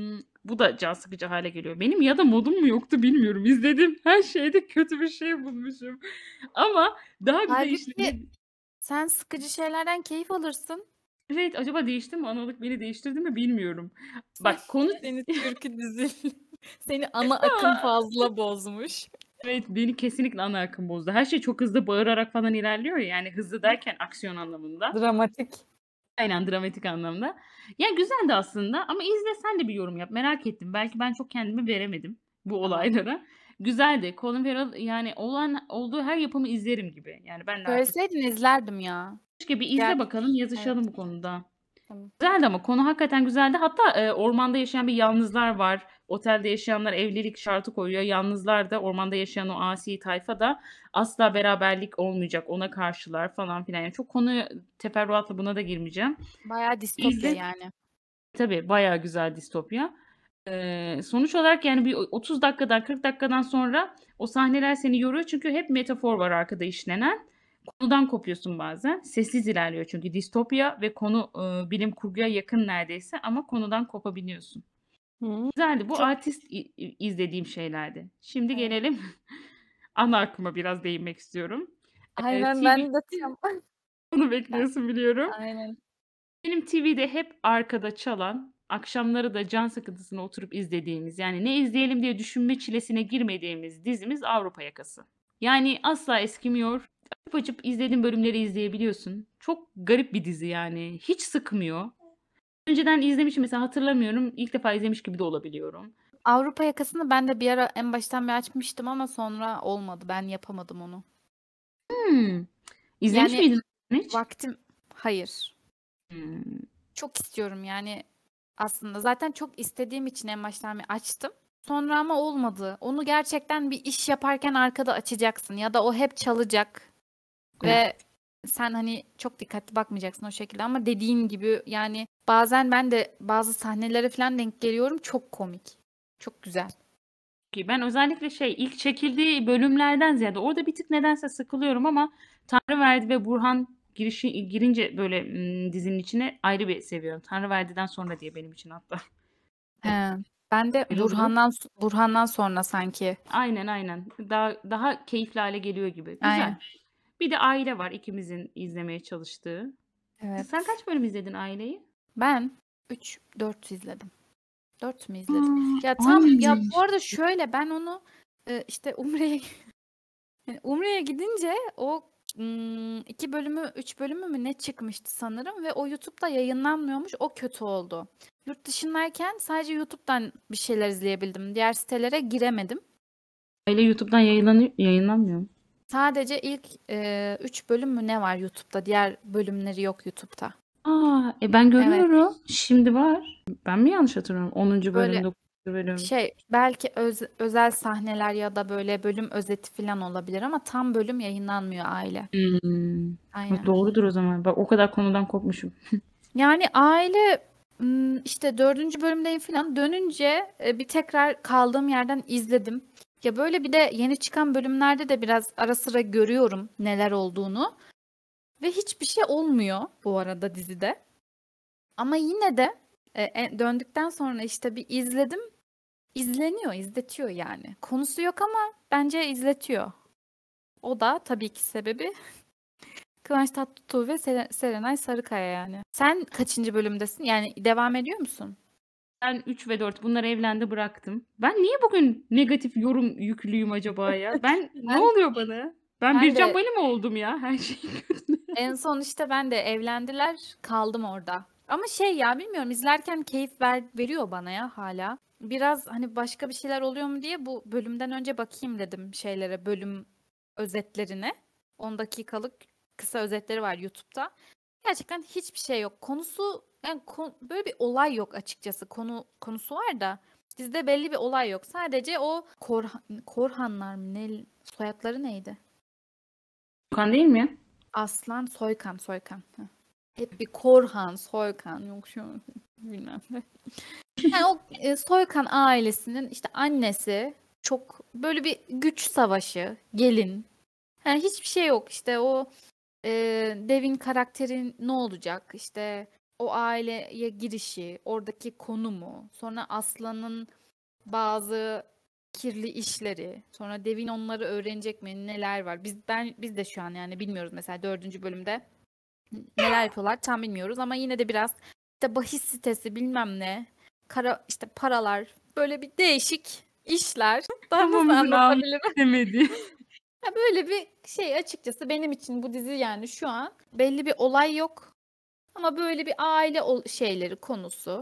Speaker 2: Bu da can sıkıcı hale geliyor. Benim ya da modum mu yoktu bilmiyorum. İzledim. Her şeyde kötü bir şey bulmuşum. Ama daha güzel
Speaker 1: Halbuki
Speaker 2: işleri...
Speaker 1: sen sıkıcı şeylerden keyif alırsın.
Speaker 2: Evet, acaba değişti mi? Analık beni değiştirdi mi bilmiyorum. Bak konu...
Speaker 1: Seni türkü dizi seni ana akım fazla bozmuş.
Speaker 2: Evet, beni kesinlikle ana akım bozdu. Her şey çok hızlı bağırarak falan ilerliyor ya, yani hızlı derken aksiyon anlamında.
Speaker 1: Dramatik.
Speaker 2: Aynen, dramatik anlamda. Ya güzeldi aslında ama izle, sen de bir yorum yap. Merak ettim. Belki ben çok kendimi veremedim bu
Speaker 1: Tamam.
Speaker 2: olaylara. Güzeldi. Colin Farrell, yani olan olduğu her yapımı izlerim gibi. Yani ben de artık
Speaker 1: Söyleseydin izlerdim ya.
Speaker 2: keşke bir izle
Speaker 1: Gerçi
Speaker 2: bakalım, yazışalım
Speaker 1: evet.
Speaker 2: bu konuda.
Speaker 1: Tamam.
Speaker 2: Güzeldi ama konu hakikaten güzeldi. Hatta e, ormanda yaşayan bir yalnızlar var. Otelde yaşayanlar evlilik şartı koyuyor. Yalnızlar da, ormanda yaşayan o asi tayfa da asla beraberlik olmayacak. Ona karşılar falan filan. Yani çok konuyu teferruatla buna da girmeyeceğim.
Speaker 1: Bayağı distopya
Speaker 2: İzle.
Speaker 1: yani.
Speaker 2: Tabii bayağı güzel distopya. Eee, sonuç olarak yani bir otuz dakikadan kırk dakikadan sonra o sahneler seni yoruyor çünkü hep metafor var arkada işlenen. Konudan kopuyorsun bazen. Sessiz ilerliyor çünkü distopya ve konu eee, bilim kurguya yakın neredeyse ama konudan kopabiliyorsun.
Speaker 1: Hı.
Speaker 2: Güzeldi. Bu
Speaker 1: Çok
Speaker 2: artist i- i- izlediğim şeylerdi. Şimdi
Speaker 1: evet.
Speaker 2: gelelim ana akıma biraz değinmek istiyorum. Eee,
Speaker 1: Aynen
Speaker 2: T V
Speaker 1: ben de tam.
Speaker 2: bunu
Speaker 1: Ben-
Speaker 2: bekliyorsun biliyorum.
Speaker 1: Aynen.
Speaker 2: Benim T V'de hep arkada çalan, akşamları da can sıkıntısına oturup izlediğimiz, yani ne izleyelim diye düşünme çilesine girmediğimiz dizimiz Avrupa Yakası. Yani asla eskimiyor. Açıp açıp izlediğin bölümleri izleyebiliyorsun. Çok garip bir dizi yani. Hiç sıkmıyor. Önceden izlemişim mesela, hatırlamıyorum. İlk defa izlemiş gibi de olabiliyorum.
Speaker 1: Avrupa Yakası'nı ben de bir ara en baştan bir açmıştım ama sonra olmadı. Ben yapamadım onu.
Speaker 2: Hmm. İzlemiş
Speaker 1: Yani
Speaker 2: miydin hiç?
Speaker 1: vaktim hayır.
Speaker 2: Hmm.
Speaker 1: Çok istiyorum yani aslında. Zaten çok istediğim için en baştan bir açtım. Sonra ama olmadı. Onu gerçekten bir iş yaparken arkada açacaksın ya da o hep çalacak
Speaker 2: Evet.
Speaker 1: ve sen hani çok dikkatli bakmayacaksın o şekilde ama dediğin gibi yani bazen ben de bazı sahnelere falan denk geliyorum. Çok komik. Çok güzel.
Speaker 2: Ki ben özellikle şey, ilk çekildiği bölümlerden ziyade orada bir tık nedense sıkılıyorum ama Tanrıverdi ve Burhan girişi girince böyle ım, dizinin içine ayrı bir seviyorum. Tanrıverdi'den sonra diye benim için hatta
Speaker 1: He. Ben de
Speaker 2: ayrıldı.
Speaker 1: Burhan'dan Burhan'dan sonra sanki.
Speaker 2: Aynen aynen. Daha daha keyifli hale geliyor gibi. Güzel.
Speaker 1: Aynen.
Speaker 2: Bir de Aile var, ikimizin izlemeye çalıştığı. Sen
Speaker 1: Evet.
Speaker 2: kaç bölüm izledin Aile'yi?
Speaker 1: Ben üç dört izledim. dört mü izledim?
Speaker 2: Aa,
Speaker 1: Ya tam
Speaker 2: aynı
Speaker 1: ya bu
Speaker 2: izlemiş.
Speaker 1: arada şöyle ben onu e, işte Umre'ye Umre'ye gidince o ım, iki bölümü üç bölümü mü ne çıkmıştı sanırım ve o YouTube'da yayınlanmıyormuş. O kötü oldu. Yurt dışındayken sadece YouTube'dan bir şeyler izleyebildim. Diğer sitelere giremedim.
Speaker 2: Aile YouTube'dan yayınlanıyor, yayınlanmıyor mu?
Speaker 1: Sadece ilk üç bölüm mü ne var YouTube'da? Diğer bölümleri yok YouTube'da.
Speaker 2: Aa, e ben
Speaker 1: Evet.
Speaker 2: görüyorum. Şimdi var. Ben mi yanlış hatırlıyorum? onuncu bölüm,
Speaker 1: Böyle
Speaker 2: dokuzuncu bölüm.
Speaker 1: şey belki öz- özel sahneler ya da böyle bölüm özeti falan olabilir ama tam bölüm yayınlanmıyor aile.
Speaker 2: Hmm. Bak
Speaker 1: Aynen.
Speaker 2: doğrudur o zaman. Bak o kadar konudan kopmuşum.
Speaker 1: Yani aile ım, işte dördüncü bölümdeyim falan dönünce e, bir tekrar kaldığım yerden izledim. Ya böyle bir de yeni çıkan bölümlerde de biraz ara sıra görüyorum neler olduğunu ve hiçbir şey olmuyor bu arada dizide. Ama yine de e, e, döndükten sonra işte bir izledim. İzleniyor, izletiyor yani. Konusu yok ama bence izletiyor. O da tabii ki sebebi Kıvanç Tatlıtuğ ve Sere- Serenay Sarıkaya yani. Sen kaçıncı bölümdesin? Yani devam ediyor musun?
Speaker 2: Ben üç ve dört bunlar evlendi bıraktım. Ben niye bugün negatif yorum yüklüyüm acaba ya? Ben ne
Speaker 1: Ben
Speaker 2: oluyor bana? Ben
Speaker 1: ben
Speaker 2: Bircan
Speaker 1: de
Speaker 2: Bali mi oldum ya? Her şey kötü.
Speaker 1: en son işte ben de evlendiler, kaldım orada. Ama şey ya bilmiyorum izlerken keyif ver, veriyor bana ya hala. Biraz hani başka bir şeyler oluyor mu diye bu bölümden önce bakayım dedim şeylere, bölüm özetlerine. on dakikalık kısa özetleri var YouTube'da. Gerçekten hiçbir şey yok. Konusu yani ko- böyle bir olay yok açıkçası. Konu konusu var da dizide belli bir olay yok. Sadece o Korhan, Korhanlar mı ne soyadları neydi?
Speaker 2: Kan değil mi ya?
Speaker 1: Aslan Soykan Soykan. Heh. Hep bir Korhan Soykan yok şu bilmem ne. Yani o e, Soykan ailesinin işte annesi çok böyle bir güç savaşı, gelin. Yani hiçbir şey yok. İşte o e, Devin karakterin ne olacak? İşte o aileye girişi, oradaki konumu, sonra Aslan'ın bazı kirli işleri, sonra Devin onları öğrenecek mi, neler var? Biz ben biz de şu an yani bilmiyoruz mesela dördüncü bölümde neler yapıyorlar tam bilmiyoruz ama yine de biraz işte bahis sitesi bilmem ne, kara işte paralar böyle bir değişik işler. Daha nasıl
Speaker 2: Kafamızın almak
Speaker 1: anlatabilirim?
Speaker 2: istemedi.
Speaker 1: Ya böyle bir şey açıkçası benim için bu dizi yani şu an belli bir olay yok ama böyle bir aile ol- şeyleri konusu,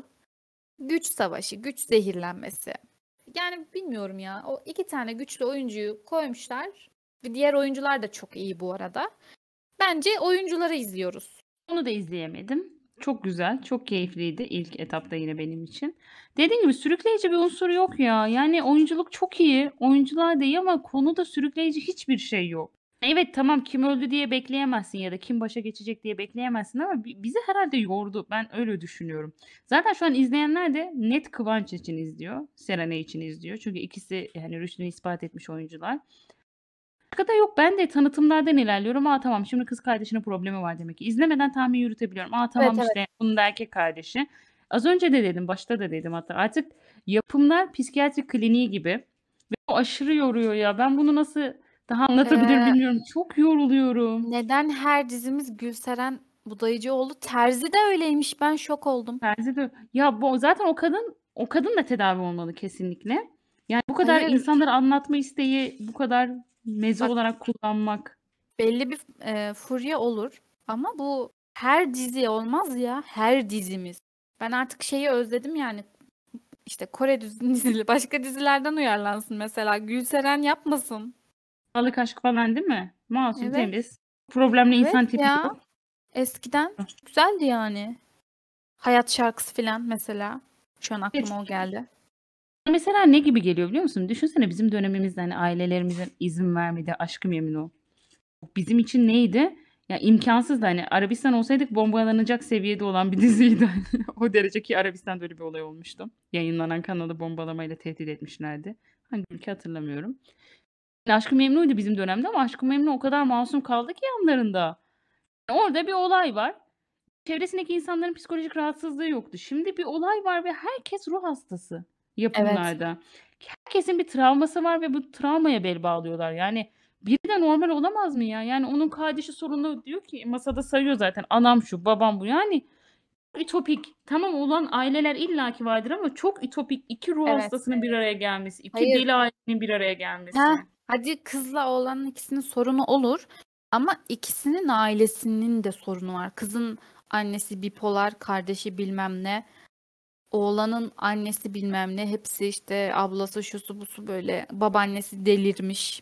Speaker 1: güç savaşı, güç zehirlenmesi. Yani bilmiyorum ya. O iki tane güçlü oyuncuyu koymuşlar. Ve diğer oyuncular da çok iyi bu arada. Bence oyuncuları izliyoruz.
Speaker 2: Onu da izleyemedim. Çok güzel, çok keyifliydi ilk etapta yine benim için. Dediğim gibi sürükleyici bir unsuru yok ya. Yani oyunculuk çok iyi, oyuncular da iyi ama konuda sürükleyici hiçbir şey yok. Evet, tamam, kim öldü diye bekleyemezsin ya da kim başa geçecek diye bekleyemezsin ama bi bizi herhâlde yordu. Ben öyle düşünüyorum. Zaten şu an izleyenler de net Kıvanç için izliyor, Serenay için izliyor. Çünkü ikisi, yani, rüştünü ispat etmiş oyuncular. Başka da yok. Ben de tanıtımlardan ilerliyorum. A, tamam, şimdi kız kardeşinin problemi var demek ki. İzlemeden tahmin yürütebiliyorum. A,
Speaker 1: Evet,
Speaker 2: tamam,
Speaker 1: evet.
Speaker 2: işte, bunun da erkek kardeşi. Az önce de dedim, başta da dedim hatta. Artık yapımlar psikiyatri kliniği gibi ve o aşırı yoruyor ya. Ben bunu nasıl daha anlatabilirim
Speaker 1: Ee,
Speaker 2: bilmiyorum. Çok yoruluyorum.
Speaker 1: neden her dizimiz Gülseren Budayıcıoğlu? Terzi de öyleymiş. Ben şok oldum.
Speaker 2: Terzi de ya bu zaten o kadın o kadın da tedavi olmalı kesinlikle. Yani bu kadar
Speaker 1: Hayır,
Speaker 2: insanlara anlatma isteği, bu kadar meze
Speaker 1: bak
Speaker 2: olarak kullanmak.
Speaker 1: belli bir e, furya olur ama bu her dizi olmaz ya. Her dizimiz. Ben artık şeyi özledim yani. İşte Kore dizi- dizili başka dizilerden uyarlansın mesela. Gülseren yapmasın.
Speaker 2: Balık aşk falan değil mi? Masum,
Speaker 1: Evet.
Speaker 2: temiz. Problemli
Speaker 1: Evet
Speaker 2: insan tipi
Speaker 1: ya.
Speaker 2: yok.
Speaker 1: Eskiden güzeldi yani. Hayat şarkısı filan mesela. Şu an
Speaker 2: Evet.
Speaker 1: aklıma o geldi.
Speaker 2: Mesela ne gibi geliyor biliyor musun? Düşünsene bizim dönemimizde hani ailelerimizin izin vermediği Aşk-ı Memnu. Bizim için neydi? Ya imkansızdı hani Arabistan olsaydık bombalanacak seviyede olan bir diziydi. O derece ki Arabistan'da öyle bir olay olmuştu. Yayınlanan kanalı bombalamayla tehdit etmişlerdi. Hangi ülke hatırlamıyorum. Aşk-ı Memnu'ydu bizim dönemde ama Aşk-ı Memnu o kadar masum kaldı ki yanlarında. Orada bir olay var. Çevresindeki insanların psikolojik rahatsızlığı yoktu. Şimdi bir olay var ve herkes ruh hastası
Speaker 1: Evet.
Speaker 2: yapımlarda. Herkesin bir travması var ve bu travmaya bel bağlıyorlar. Yani biri de normal olamaz mı ya? Yani onun kardeşi sorunlu diyor ki masada sayıyor zaten anam şu, babam bu. Yani ütopik. Tamam olan aileler illaki vardır ama çok ütopik. İki ruh
Speaker 1: Evet.
Speaker 2: hastasının bir araya gelmesi, iki
Speaker 1: Hayır.
Speaker 2: deli ailenin bir araya gelmesi.
Speaker 1: Heh, hadi kızla oğlanın ikisinin sorunu olur ama ikisinin ailesinin de sorunu var. Kızın annesi bipolar, kardeşi bilmem ne. Oğlanın annesi bilmem ne. Hepsi işte ablası şusu busu böyle. Babaannesi delirmiş.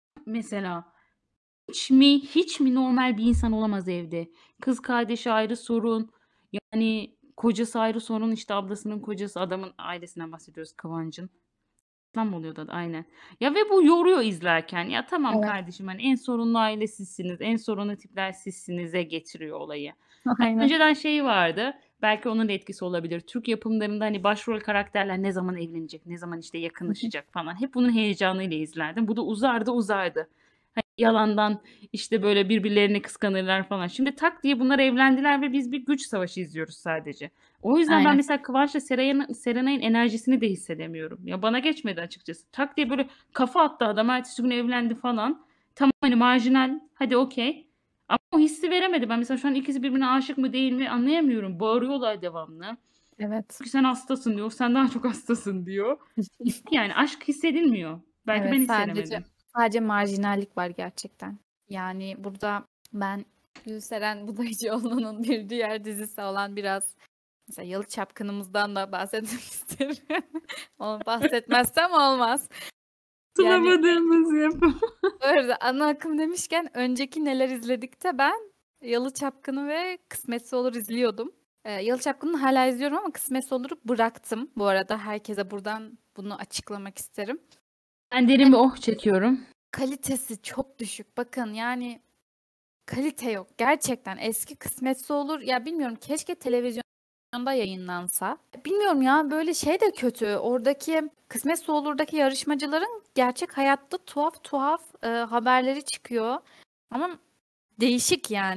Speaker 2: Mesela hiç mi hiç mi normal bir insan olamaz evde? Kız kardeşi ayrı sorun, yani kocası ayrı sorun, işte ablasının kocası, adamın ailesinden bahsediyoruz Kıvanç'ın. Aslan mı oluyordu adı? Aynen. Ya ve bu yoruyor izlerken. Ya tamam
Speaker 1: Evet.
Speaker 2: kardeşim hani en sorunlu aile sizsiniz, en sorunlu tipler sizsinize getiriyor olayı. Hani
Speaker 1: Aynen.
Speaker 2: önceden şey vardı, belki onun da etkisi olabilir. Türk yapımlarında hani başrol karakterler ne zaman evlenecek, ne zaman işte yakınlaşacak falan. Hep bunun heyecanıyla izlerdim. Bu da uzardı uzardı. Hani yalandan işte böyle birbirlerini kıskanırlar falan. Şimdi tak diye bunlar evlendiler ve biz bir güç savaşı izliyoruz sadece. O yüzden ben
Speaker 1: Aynen.
Speaker 2: mesela Kıvanç'la Seray'ın Serenay'ın enerjisini de hissedemiyorum. Ya bana geçmedi açıkçası. Tak diye böyle kafa attı adam ertesi gün evlendi falan. Tamam hani marjinal hadi okey. Ama o hissi veremedi. Ben mesela şu an ikisi birbirine aşık mı değil mi anlayamıyorum. Bağırıyorlar devamlı.
Speaker 1: Evet.
Speaker 2: Çünkü sen hastasın diyor. Sen daha çok hastasın diyor. Yani aşk hissedilmiyor. Belki
Speaker 1: Evet,
Speaker 2: ben
Speaker 1: sadece
Speaker 2: hissedemedim.
Speaker 1: sadece marjinallik var gerçekten. Yani burada ben Gülseren Budayıcıoğlu'nun bir diğer dizisi olan biraz mesela Yalı Çapkınımızdan da bahsetmek isterim. Onu bahsetmezsem olmaz. Yani
Speaker 2: Hatırlamadığımız yapım.
Speaker 1: bu arada ana akım demişken önceki neler izledik de ben Yalı Çapkını ve Kısmetse Olur izliyordum. Ee, Yalı Çapkını'nı hala izliyorum ama Kısmetse Olur'u bıraktım. Bu arada herkese buradan bunu açıklamak isterim.
Speaker 2: Ben derin bir oh çekiyorum.
Speaker 1: Kalitesi çok düşük. Bakın yani kalite yok. Gerçekten eski Kısmetse Olur. Ya bilmiyorum keşke televizyonda yayınlansa. Bilmiyorum ya böyle şey de kötü. Oradaki Kısmetse Olur'daki yarışmacıların gerçek hayatta tuhaf tuhaf e, haberleri çıkıyor. Ama değişik yani.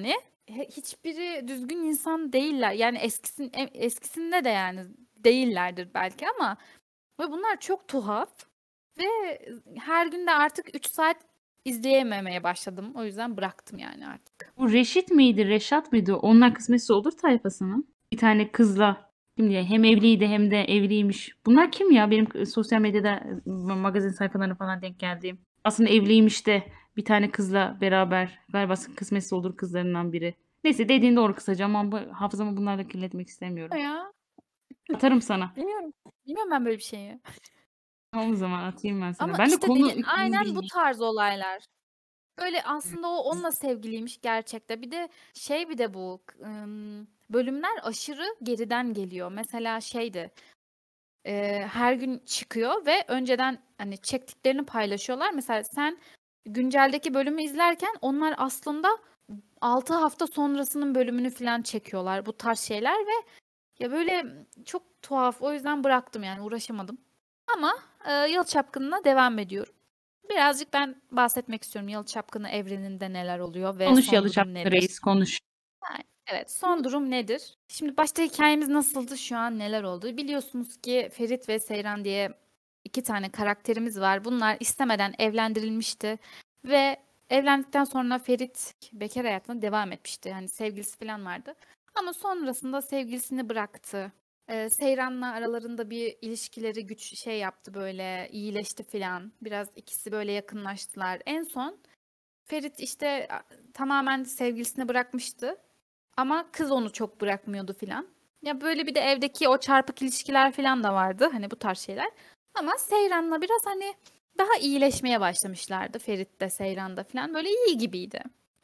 Speaker 1: he hiçbiri düzgün insan değiller. Yani eskisin e eskisinde de yani değillerdir belki ama ve bunlar çok tuhaf ve her gün de artık üç saat izleyememeye başladım. O yüzden bıraktım yani artık.
Speaker 2: Bu Reşit miydi, Reşat mıydı? Onlar Kısmetse Olur tayfası mı? Bir tane kızla şimdi hem evliydi hem de evliymiş. Bunlar kim ya? Benim e, sosyal medyada e, magazin sayfalarına falan denk geldiğim. Aslında evliymiş de bir tane kızla beraber galiba Kısmetse Olur kızlarından biri. Neyse dediğin doğru kısaca ama bu, hafızamı bunlarla kirletmek istemiyorum.
Speaker 1: Ya
Speaker 2: Atarım sana.
Speaker 1: bilmiyorum. Bilmiyorum ben böyle bir şeyi.
Speaker 2: Tamam o zaman atayım ben sana.
Speaker 1: Ama
Speaker 2: Ben de
Speaker 1: işte
Speaker 2: konu
Speaker 1: dedi
Speaker 2: içeriğini
Speaker 1: aynen bu
Speaker 2: bilmiyorum.
Speaker 1: tarz olaylar. Böyle aslında o onunla sevgiliymiş gerçekte. Bir de şey bir de bu ım, bölümler aşırı geriden geliyor. Mesela şeydi e, her gün çıkıyor ve önceden hani çektiklerini paylaşıyorlar. Mesela sen günceldeki bölümü izlerken onlar aslında altı hafta sonrasının bölümünü falan çekiyorlar. Bu tarz şeyler ve ya böyle çok tuhaf. O yüzden bıraktım yani uğraşamadım. Ama e, Yalı Çapkını'na devam ediyorum. Birazcık ben bahsetmek istiyorum Yalı Çapkını evreninde neler oluyor ve
Speaker 2: Konuş
Speaker 1: son
Speaker 2: Yalı
Speaker 1: durum
Speaker 2: Çapkını
Speaker 1: nedir?
Speaker 2: Reis konuş.
Speaker 1: Yani, evet, son durum nedir? Şimdi başta hikayemiz nasıldı, şu an neler oldu? Biliyorsunuz ki Ferit ve Seyran diye iki tane karakterimiz var. Bunlar istemeden evlendirilmişti ve evlendikten sonra Ferit bekar hayatına devam etmişti. Yani sevgilisi falan vardı. Ama sonrasında sevgilisini bıraktı. Ee, Seyran'la aralarında bir ilişkileri güç şey yaptı böyle iyileşti falan. Biraz ikisi böyle yakınlaştılar. En son Ferit işte a- tamamen sevgilisini bırakmıştı. Ama kız onu çok bırakmıyordu filan. Ya böyle bir de evdeki o çarpık ilişkiler filan da vardı. Hani bu tarz şeyler. Ama Seyran'la biraz hani daha iyileşmeye başlamışlardı. Ferit de Seyran da filan. Böyle iyi gibiydi.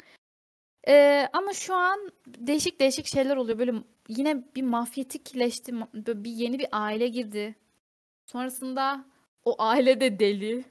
Speaker 1: Ee, ama şu an değişik değişik şeyler oluyor. Böyle yine bir mafyatikleşti. ma- Böyle bir yeni bir aile girdi. Sonrasında o aile de deli.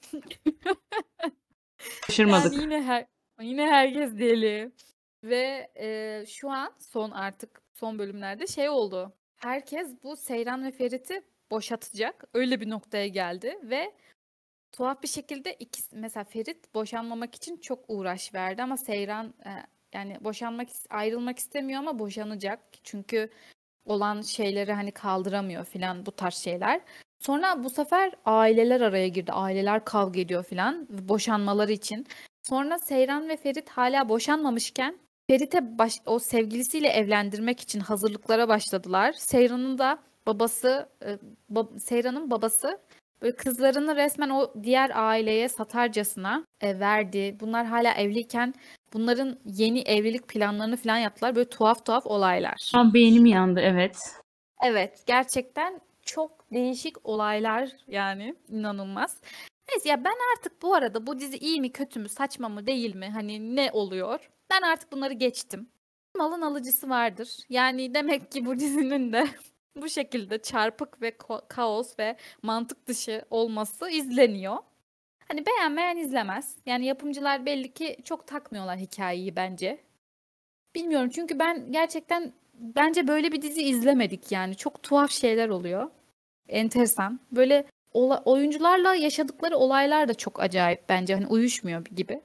Speaker 1: Yani
Speaker 2: Şaşırmadık.
Speaker 1: yine her yine herkes deli. Ve e, şu an son artık son bölümlerde şey oldu. Herkes bu Seyran ve Ferit'i boşatacak. Öyle bir noktaya geldi ve tuhaf bir şekilde ikisi mesela Ferit boşanmamak için çok uğraş verdi ama Seyran e, yani boşanmak is- ayrılmak istemiyor ama boşanacak. Çünkü olan şeyleri hani kaldıramıyor filan bu tarz şeyler. Sonra bu sefer aileler araya girdi. Aileler kavga ediyor filan boşanmaları için. Sonra Seyran ve Ferit hala boşanmamışken Ferit'e baş, o sevgilisiyle evlendirmek için hazırlıklara başladılar. Seyran'ın da babası, e, ba- Seyran'ın babası böyle kızlarını resmen o diğer aileye satarcasına e, verdi. Bunlar hala evliyken bunların yeni evlilik planlarını falan yaptılar. Böyle tuhaf tuhaf olaylar.
Speaker 2: Ama beynim yandı evet.
Speaker 1: Evet, gerçekten çok değişik olaylar yani inanılmaz. Neyse ya ben artık bu arada bu dizi iyi mi kötü mü saçma mı değil mi hani ne oluyor? Ben artık bunları geçtim. Malın alıcısı vardır. Yani demek ki bu dizinin de bu şekilde çarpık ve ko- kaos ve mantık dışı olması izleniyor. Hani beğenmeyen izlemez. Yani yapımcılar belli ki çok takmıyorlar hikayeyi bence. Bilmiyorum çünkü ben gerçekten bence böyle bir dizi izlemedik yani. Çok tuhaf şeyler oluyor. Enteresan. Böyle ola- oyuncularla yaşadıkları olaylar da çok acayip bence. Hani uyuşmuyor gibi.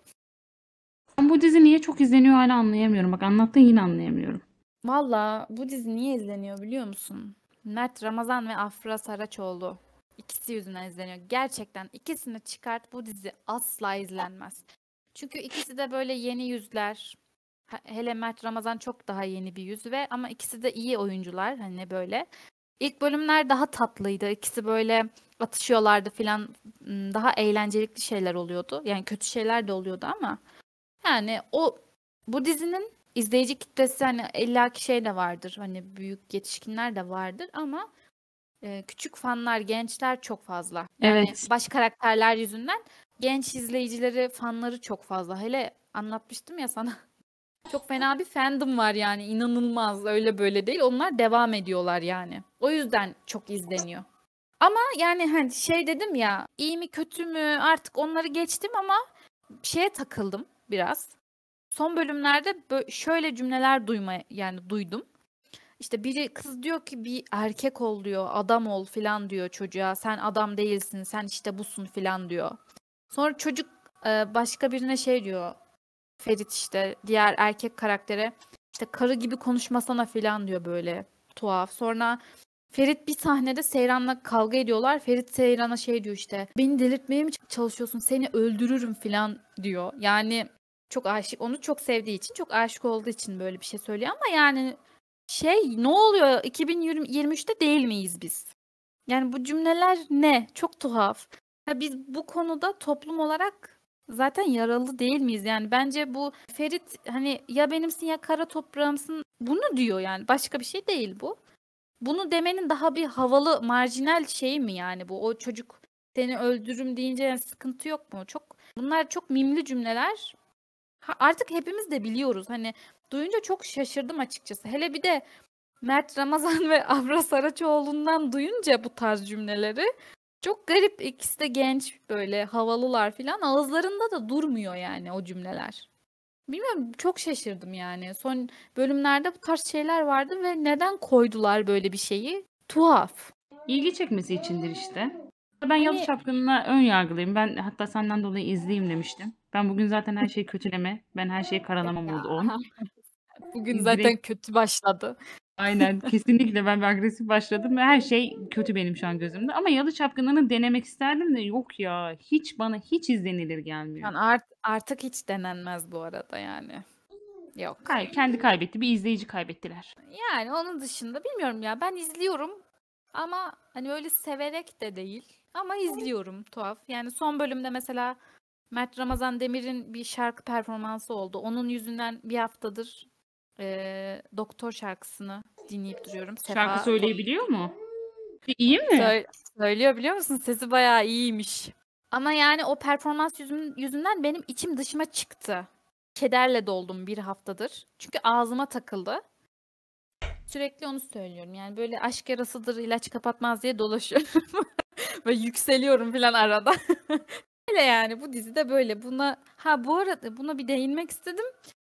Speaker 2: Ben bu dizi niye çok izleniyor hala anlayamıyorum. Bak anlattın yine anlayamıyorum.
Speaker 1: Valla bu dizi niye izleniyor biliyor musun? Mert Ramazan ve Afra Saraçoğlu. İkisi yüzünden izleniyor. Gerçekten ikisini çıkart bu dizi asla izlenmez. Çünkü ikisi de böyle yeni yüzler. Ha- Hele Mert Ramazan çok daha yeni bir yüz ve ama ikisi de iyi oyuncular hani böyle. İlk bölümler daha tatlıydı. İkisi böyle atışıyorlardı filan. Hmm, Daha eğlencelikli şeyler oluyordu. Yani kötü şeyler de oluyordu ama yani o bu dizinin izleyici kitlesi hani illaki şey de vardır. Hani büyük yetişkinler de vardır ama e, küçük fanlar, gençler çok fazla. Yani
Speaker 2: Evet.
Speaker 1: baş karakterler yüzünden genç izleyicileri, fanları çok fazla. Hele anlatmıştım ya sana. Çok fena bir fandom var yani inanılmaz öyle böyle değil. Onlar devam ediyorlar yani. O yüzden çok izleniyor. Ama yani hani şey dedim ya iyi mi kötü mü artık onları geçtim ama şeye takıldım biraz. Son bölümlerde bö- şöyle cümleler duyma yani duydum. İşte biri kız diyor ki bir erkek ol diyor, adam ol filan diyor çocuğa. Sen adam değilsin, sen işte busun filan diyor. Sonra çocuk e, başka birine şey diyor. Ferit işte diğer erkek karaktere İşte karı gibi konuşmasana falan diyor böyle tuhaf. Sonra Ferit bir sahnede Seyran'la kavga ediyorlar. Ferit Seyran'a şey diyor işte beni delirtmeye mi çalışıyorsun seni öldürürüm falan diyor. Yani çok aşık onu çok sevdiği için çok aşık olduğu için böyle bir şey söylüyor ama yani şey ne oluyor iki bin yirmi üçte değil miyiz biz? Yani bu cümleler ne? Çok tuhaf. Ha, biz bu konuda toplum olarak zaten yaralı değil miyiz? Yani bence bu Ferit hani ya benimsin ya kara toprağımsın bunu diyor yani. Başka bir şey değil bu. Bunu demenin daha bir havalı marjinal şey mi yani bu? O çocuk seni öldürürüm deyince yani sıkıntı yok mu? Çok bunlar çok mimli cümleler. Ha, artık hepimiz de biliyoruz. Hani duyunca çok şaşırdım açıkçası. Hele bir de Mert Ramazan ve Avra Saraçoğlu'ndan duyunca bu tarz cümleleri çok garip. İkisi de genç böyle havalılar filan. Ağızlarında da durmuyor yani o cümleler. Bilmiyorum çok şaşırdım yani. Son bölümlerde bu tarz şeyler vardı ve neden koydular böyle bir şeyi? Tuhaf.
Speaker 2: İlgi çekmesi içindir işte. Ben Yalı
Speaker 1: Hani
Speaker 2: Çapkını'na ön yargılıyım. Ben hatta senden dolayı izleyeyim demiştim. Ben bugün zaten her şeyi kötüleme, ben her şeyi karalama
Speaker 1: ya
Speaker 2: modu on.
Speaker 1: bugün
Speaker 2: Direkt
Speaker 1: zaten kötü başladı.
Speaker 2: aynen kesinlikle ben bir agresif başladım ve her şey kötü benim şu an gözümde. Ama Yalı Çapkını'nı denemek isterdim de yok ya. Hiç bana hiç izlenilir gelmiyor.
Speaker 1: Yani art, artık hiç denenmez bu arada yani. Yok.
Speaker 2: Kay- kendi kaybetti. Bir izleyici kaybettiler.
Speaker 1: Yani onun dışında bilmiyorum ya ben izliyorum ama hani öyle severek de değil ama izliyorum tuhaf. Yani son bölümde mesela Mert Ramazan Demir'in bir şarkı performansı oldu. Onun yüzünden bir haftadır eee, Doktor şarkısını dinleyip duruyorum.
Speaker 2: Şarkı
Speaker 1: Sefa Top
Speaker 2: söyleyebiliyor mu? İyi mi?
Speaker 1: Söyle- söylüyor biliyor musun? Sesi bayağı iyiymiş. Ama yani o performans yüzüm- yüzünden benim içim dışıma çıktı. Kederle doldum bir haftadır. Çünkü ağzıma takıldı. Sürekli onu söylüyorum. Yani böyle aşk yarasıdır, ilaç kapatmaz diye dolaşıyorum. Ve yükseliyorum falan arada. Öyle yani bu dizide böyle. Buna ha bu arada buna bir değinmek istedim.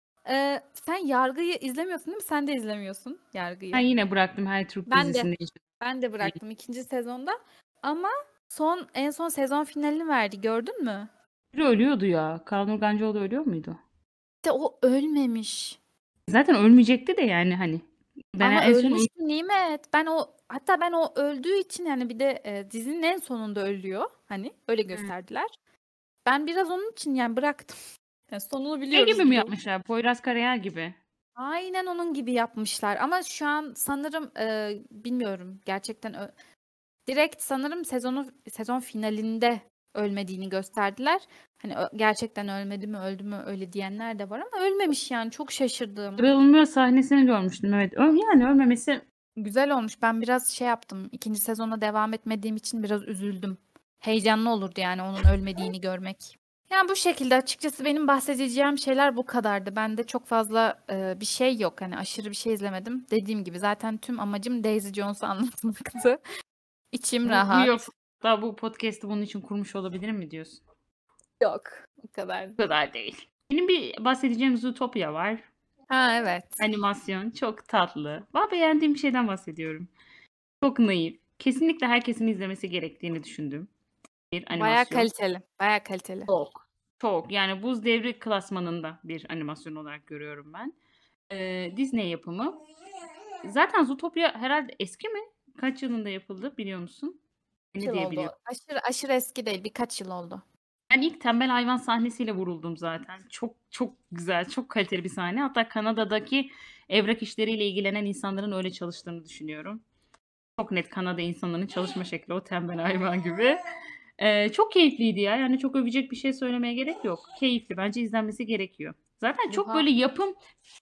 Speaker 1: Ee, sen Yargı'yı izlemiyorsun değil mi? Sen de izlemiyorsun
Speaker 2: Ben
Speaker 1: Yargı'yı.
Speaker 2: yine bıraktım her Türk
Speaker 1: Ben de.
Speaker 2: dizisini.
Speaker 1: Ben de bıraktım ikinci sezonda. Ama son en son sezon finalini verdi. Gördün mü?
Speaker 2: Biri ölüyordu ya. Kaan Urgancıoğlu ölüyor muydu?
Speaker 1: İşte o ölmemiş.
Speaker 2: Zaten ölmeyecekti de yani hani. Ben
Speaker 1: Ama
Speaker 2: en son
Speaker 1: ölmüş mü Nimet? Ben o hatta ben o öldüğü için yani bir de e, dizinin en sonunda ölüyor. Hani öyle
Speaker 2: Hı.
Speaker 1: gösterdiler. Ben biraz onun için yani bıraktım. Yani sonunu
Speaker 2: Şey gibi
Speaker 1: biliyoruz
Speaker 2: mi
Speaker 1: biliyoruz.
Speaker 2: yapmışlar? Poyraz Karayel gibi.
Speaker 1: Aynen onun gibi yapmışlar. Ama şu an sanırım e, bilmiyorum gerçekten ö- direkt sanırım sezonu sezon finalinde ölmediğini gösterdiler. Hani ö- gerçekten ölmedi mi öldü mü öyle diyenler de var ama ölmemiş yani çok şaşırdım.
Speaker 2: Kırılmıyor sahnesini görmüştüm. Evet. Ö- Yani ölmemesi
Speaker 1: Güzel olmuş. Ben biraz şey yaptım. İkinci sezona devam etmediğim için biraz üzüldüm. Heyecanlı olurdu yani onun ölmediğini görmek. Yani bu şekilde açıkçası benim bahsedeceğim şeyler bu kadardı. Bende çok fazla e, bir şey yok. Hani aşırı bir şey izlemedim. Dediğim gibi zaten tüm amacım Daisy Jones'u anlatmaktı. İçim
Speaker 2: bu, bu
Speaker 1: rahat.
Speaker 2: yok. Daha bu podcast'ı bunun için kurmuş olabilirim mi diyorsun?
Speaker 1: Yok. Bu kadar.
Speaker 2: Bu kadar değil. Benim bir bahsedeceğim Zootopia var.
Speaker 1: Ha evet.
Speaker 2: Animasyon. Çok tatlı. Valla beğendiğim bir şeyden bahsediyorum. Çok naif. Kesinlikle herkesin izlemesi gerektiğini düşündüğüm bir
Speaker 1: Baya
Speaker 2: animasyon.
Speaker 1: kaliteli. Baya kaliteli.
Speaker 2: Çok. Çok. Yani Buz Devri klasmanında bir animasyon olarak görüyorum ben. Ee, Disney yapımı. Zaten Zootopia herhalde eski mi? Kaç yılında yapıldı biliyor musun?
Speaker 1: Kaç
Speaker 2: Ne
Speaker 1: yıl
Speaker 2: diye
Speaker 1: oldu?
Speaker 2: biliyorum.
Speaker 1: Aşırı aşırı eski değil. Birkaç yıl oldu.
Speaker 2: Ben ilk tembel hayvan sahnesiyle vuruldum zaten. Çok çok güzel, çok kaliteli bir sahne. Hatta Kanada'daki evrak işleriyle ilgilenen insanların öyle çalıştığını düşünüyorum. Çok net Kanada insanların çalışma şekli o tembel hayvan gibi. Ee, çok keyifliydi ya. Yani çok övecek bir şey söylemeye gerek yok. Keyifli. Bence izlenmesi gerekiyor. Zaten çok
Speaker 1: Duha.
Speaker 2: böyle yapım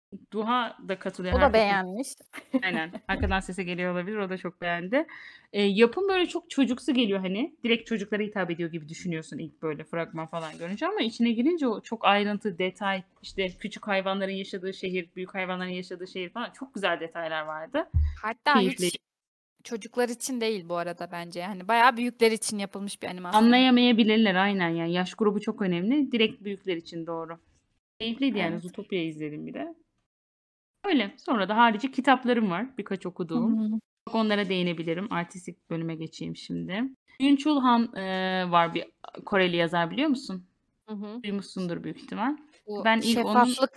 Speaker 2: Duha da katılıyor
Speaker 1: O da
Speaker 2: herkesin.
Speaker 1: beğenmiş.
Speaker 2: Aynen. Arkadan sesi geliyor olabilir. O da çok beğendi. Eee, yapım böyle çok çocuksu geliyor hani. Direkt çocuklara hitap ediyor gibi düşünüyorsun ilk böyle fragman falan görünce ama içine girince o çok ayrıntı, detay, işte küçük hayvanların yaşadığı şehir, büyük hayvanların yaşadığı şehir falan çok güzel detaylar vardı.
Speaker 1: Hatta
Speaker 2: Keyifli.
Speaker 1: hiç çocuklar için değil bu arada bence. Yani bayağı büyükler için yapılmış bir animasyon.
Speaker 2: Anlayamayabilirler aynen yani. Yaş grubu çok önemli. Direkt büyükler için doğru. Keyifliydi yani.
Speaker 1: Evet.
Speaker 2: Zootopia izledim bir de. Öyle. Sonra da harici kitaplarım var. Birkaç
Speaker 1: Hı
Speaker 2: okuduğum.
Speaker 1: hı.
Speaker 2: Bak onlara değinebilirim. Artistik bölüme geçeyim şimdi. Yun-Chul Han eee, var bir Koreli yazar biliyor musun?
Speaker 1: Hı hı.
Speaker 2: Duymuşsundur büyük ihtimal.
Speaker 1: Bu
Speaker 2: Ben ilk onun
Speaker 1: şeffaflık.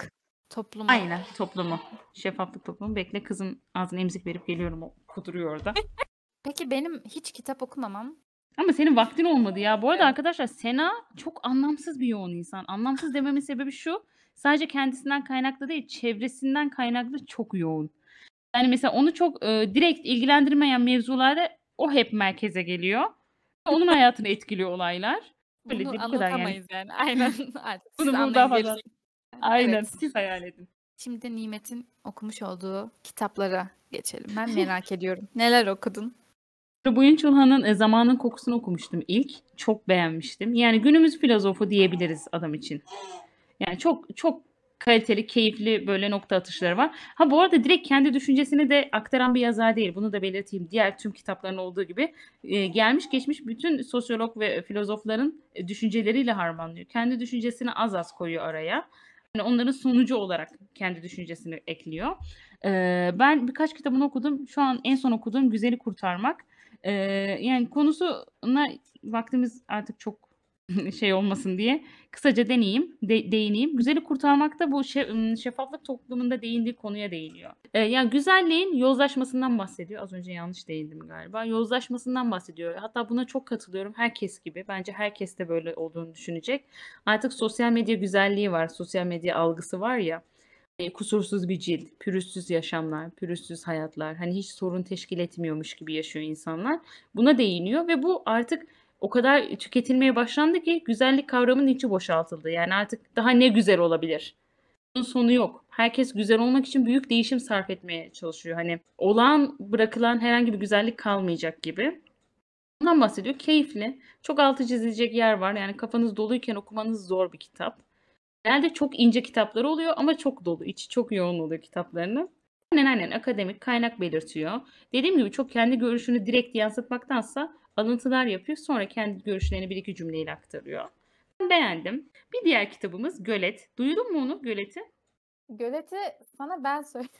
Speaker 1: Toplumu.
Speaker 2: Aynen, toplumu. Şeffaflık toplumu. Bekle, kızın ağzına emzik verip geliyorum. O kuduruyor orada.
Speaker 1: Peki benim hiç kitap okumamam
Speaker 2: Ama senin vaktin olmadı ya. Bu arada
Speaker 1: Evet.
Speaker 2: arkadaşlar Sena çok anlamsız bir yoğun insan. Anlamsız dememin sebebi şu: sadece kendisinden kaynaklı değil, çevresinden kaynaklı çok yoğun. Yani mesela onu çok, eee, direkt ilgilendirmeyen mevzularda o hep merkeze geliyor. Onun hayatını etkiliyor olaylar. Öyle
Speaker 1: Bunu
Speaker 2: değil, bu kadar yani.
Speaker 1: anlatamayız yani. Aynen. Artık siz
Speaker 2: Bunu bunu daha
Speaker 1: anlayın
Speaker 2: fazla
Speaker 1: gerisini.
Speaker 2: Aynen,
Speaker 1: Evet.
Speaker 2: siz hayal edin.
Speaker 1: Şimdi Nimet'in okumuş olduğu kitaplara geçelim. Ben merak ediyorum. Neler okudun?
Speaker 2: Boyun Çulhan'ın eee, Zamanın Kokusunu okumuştum ilk. Çok beğenmiştim. Yani günümüz filozofu diyebiliriz adam için. Yani çok çok kaliteli, keyifli böyle nokta atışları var. Ha, bu arada direkt kendi düşüncesini de aktaran bir yazar değil. Bunu da belirteyim. Diğer tüm kitapların olduğu gibi eee, gelmiş geçmiş bütün sosyolog ve filozofların eee, düşünceleriyle harmanlıyor. Kendi düşüncesini az az koyuyor araya. Hani onların sonucu olarak kendi düşüncesini ekliyor. Eee, ben birkaç kitabını okudum. Şu an en son okuduğum Güzeli Kurtarmak. Eee, yani konusuna vaktimiz artık çok şey olmasın diye kısaca deneyeyim, de değineyim. Güzeli Kurtarmak'ta bu şe ımm, şeffaflık toplumunda değindiği konuya değiniyor. Eee, yani güzelliğin yozlaşmasından bahsediyor. Az önce yanlış değindim galiba. Yozlaşmasından bahsediyor. Hatta buna çok katılıyorum. Herkes gibi. Bence herkes de böyle olduğunu düşünecek. Artık sosyal medya güzelliği var. Sosyal medya algısı var ya. Eee, kusursuz bir cilt, pürüzsüz yaşamlar, pürüzsüz hayatlar, hani hiç sorun teşkil etmiyormuş gibi yaşıyor insanlar. Buna değiniyor ve bu artık o kadar tüketilmeye başlandı ki güzellik kavramının içi boşaltıldı. Yani artık daha ne güzel olabilir? Bunun sonu yok. Herkes güzel olmak için büyük değişim sarf etmeye çalışıyor. Hani olağan bırakılan herhangi bir güzellik kalmayacak gibi. Bundan bahsediyor. Keyifli. Çok altı çizilecek yer var. Yani kafanız doluyken okumanız zor bir kitap. Genelde çok ince kitapları oluyor ama çok dolu. İçi çok yoğun oluyor kitaplarının. Aynen aynen akademik kaynak belirtiyor. Dediğim gibi çok kendi görüşünü direkt yansıtmaktansa alıntılar yapıyor. Sonra kendi görüşlerini bir iki cümleyle aktarıyor. Ben beğendim. Bir diğer kitabımız Gölet. Duydun mu onu, Gölet'i?
Speaker 1: Gölet'i sana ben söyledim.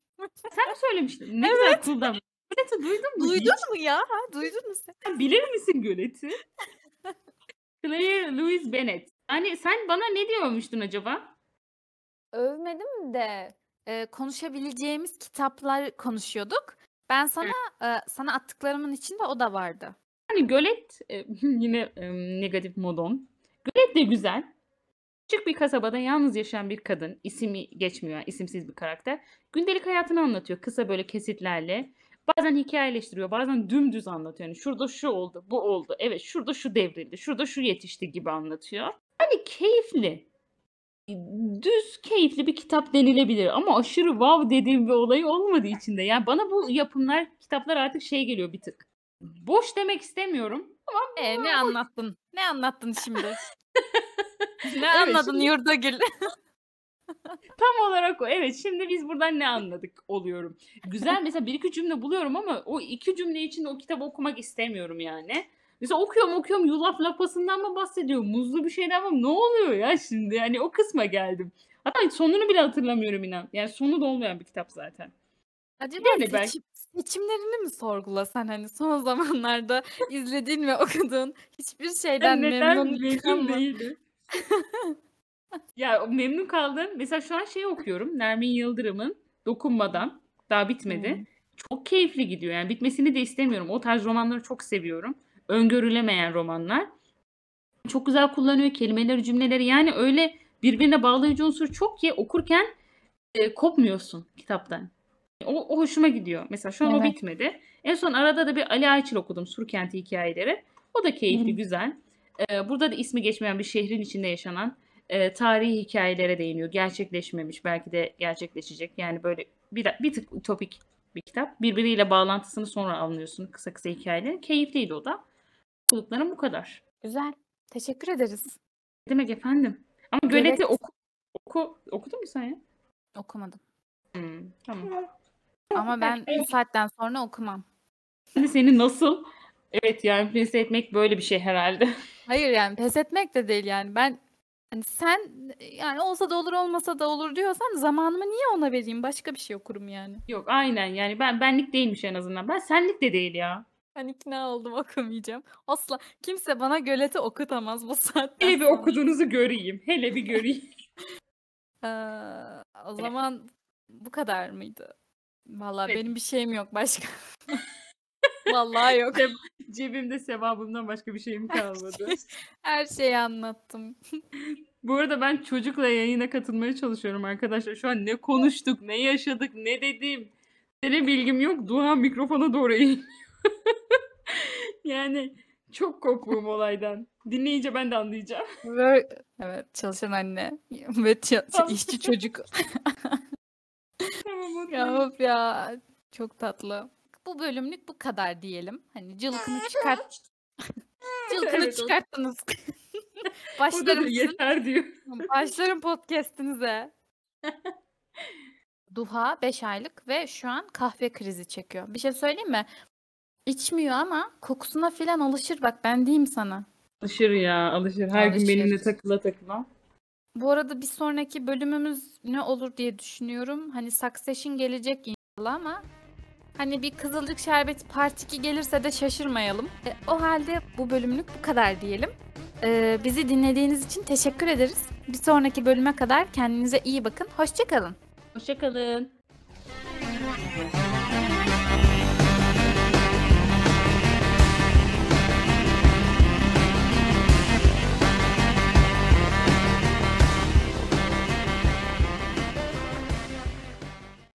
Speaker 2: Sen mi söylemiştin? Ne güzel
Speaker 1: Evet.
Speaker 2: cool davran Gölet'i duydun mu
Speaker 1: Duydun
Speaker 2: hiç?
Speaker 1: mu ya? Ha, duydun mu sen?
Speaker 2: Sen bilir misin Gölet'i? Claire Louise Bennett. Yani sen bana ne diyormuştun acaba?
Speaker 1: Övmedim de eee, konuşabileceğimiz kitaplar konuşuyorduk. Ben sana
Speaker 2: Hı.
Speaker 1: eee, sana attıklarımın içinde o da vardı.
Speaker 2: Yani Gölet e, yine em, negatif modon. Gölet de güzel. Küçük bir kasabada yalnız yaşayan bir kadın, ismi geçmiyor, yani isimsiz bir karakter. Gündelik hayatını anlatıyor kısa böyle kesitlerle. Bazen hikayeleştiriyor, bazen dümdüz anlatıyor. Yani şurada şu oldu, bu oldu, evet şurada şu devrildi, şurada şu yetişti gibi anlatıyor. Hani keyifli, düz keyifli bir kitap denilebilir ama aşırı wow dediğim bir olayı olmadığı için de. Yani bana bu yapımlar, kitaplar artık şey geliyor bir tık. Boş demek istemiyorum ama
Speaker 1: E ne anlattın? Ne anlattın şimdi? Ne
Speaker 2: evet
Speaker 1: anladın
Speaker 2: şimdi
Speaker 1: Yurdagül?
Speaker 2: tam olarak o. Evet, şimdi biz buradan ne anladık oluyorum. Güzel mesela bir iki cümle buluyorum ama o iki cümle içinde o kitabı okumak istemiyorum yani. Mesela okuyorum okuyorum yulaf lapasından mı bahsediyor? Muzlu bir şeyden mi? Ne oluyor ya şimdi? Yani o kısma geldim. Hatta sonunu bile hatırlamıyorum inan. Yani sonu da olmayan bir kitap zaten.
Speaker 1: Acaba
Speaker 2: Yani belki
Speaker 1: seçim seçimlerini mi sorgulasan hani son zamanlarda izlediğin ve okuduğun hiçbir şeyden
Speaker 2: ben neden
Speaker 1: memnun
Speaker 2: memnun
Speaker 1: kalma
Speaker 2: değilim? Ya memnun kaldım. Mesela şu an şey okuyorum. Nermin Yıldırım'ın Dokunmadan. Daha bitmedi.
Speaker 1: Hımm.
Speaker 2: Çok keyifli gidiyor. Yani bitmesini de istemiyorum. O tarz romanları çok seviyorum. Öngörülemeyen romanlar. Çok güzel kullanıyor kelimeleri, cümleleri. Yani öyle birbirine bağlayıcı unsur çok ki okurken e, kopmuyorsun kitaptan. O, o hoşuma gidiyor. Mesela şu an o
Speaker 1: Evet.
Speaker 2: bitmedi. En son arada da bir Ali Ayçil okudum. Surkenti hikayeleri. O da keyifli,
Speaker 1: Hımm.
Speaker 2: güzel. Ee, burada da ismi geçmeyen bir şehrin içinde yaşanan e, tarihi hikayelere değiniyor. Gerçekleşmemiş, belki de gerçekleşecek. Yani böyle bir, bir tık ütopik bir kitap. Birbiriyle bağlantısını sonra anlıyorsun. Kısa kısa hikayeleri. Keyifliydi o da. Okuduklarım bu kadar.
Speaker 1: Güzel. Teşekkür ederiz.
Speaker 2: Ne demek efendim? Ama Gölet'i
Speaker 1: Gölet
Speaker 2: oku, oku, okudun mu sen ya?
Speaker 1: okumadım.
Speaker 2: Hmm, tamam.
Speaker 1: Ama ben bu saatten sonra okumam.
Speaker 2: Şimdi seni nasıl evet yani empoze etmek böyle bir şey herhalde.
Speaker 1: Hayır yani pes etmek de değil yani. Ben hani sen yani olsa da olur olmasa da olur diyorsan zamanımı niye ona vereyim? Başka bir şey okurum yani.
Speaker 2: Yok aynen yani ben benlik değilmiş en azından. Ben senlik de değil ya.
Speaker 1: Ben ikna oldum okumayacağım. Asla kimse bana Gölet'i okutamaz bu saatten
Speaker 2: Hele bir
Speaker 1: sonra.
Speaker 2: okuduğunuzu göreyim. Hele bir göreyim.
Speaker 1: Eee, O
Speaker 2: Evet.
Speaker 1: zaman bu kadar mıydı? Vallahi
Speaker 2: Evet.
Speaker 1: benim bir şeyim yok başka. Vallahi yok.
Speaker 2: Seb cebimde sevabımdan başka bir şeyim
Speaker 1: Her
Speaker 2: kalmadı.
Speaker 1: şey her şeyi anlattım.
Speaker 2: Bu arada ben çocukla yayına katılmaya çalışıyorum arkadaşlar. Şu an ne konuştuk, ne yaşadık, ne dedim, zerre bilgim yok. Duha mikrofona doğru eğiliyor. Yani çok koptuğum olaydan. Dinleyince ben de anlayacağım.
Speaker 1: Ve evet, çalışan anne ve ça
Speaker 2: Tamam.
Speaker 1: işçi çocuk.
Speaker 2: Tamam,
Speaker 1: Ya,
Speaker 2: okay.
Speaker 1: of ya, çok tatlı. Bu bölümlük bu kadar diyelim. Hani cılkını çıkart cılkını
Speaker 2: Evet, o
Speaker 1: çıkarttınız.
Speaker 2: o da
Speaker 1: Başlarım sizin
Speaker 2: yeter diyor.
Speaker 1: başlarım podcast'inize. Duha beş aylık ve şu an kahve krizi çekiyor. Bir şey söyleyeyim mi? İçmiyor ama kokusuna filan alışır bak, ben diyeyim sana.
Speaker 2: Alışır ya, alışır. Her gün
Speaker 1: Alışır.
Speaker 2: benimle takıla takıla.
Speaker 1: Bu arada bir sonraki bölümümüz ne olur diye düşünüyorum. Hani Succession gelecek inşallah ama hani bir Kızılcık Şerbeti Part iki gelirse de şaşırmayalım. E, o halde bu bölümlük bu kadar diyelim. E, bizi dinlediğiniz için teşekkür ederiz. Bir sonraki bölüme kadar kendinize iyi bakın. Hoşça kalın.
Speaker 2: Hoşça kalın.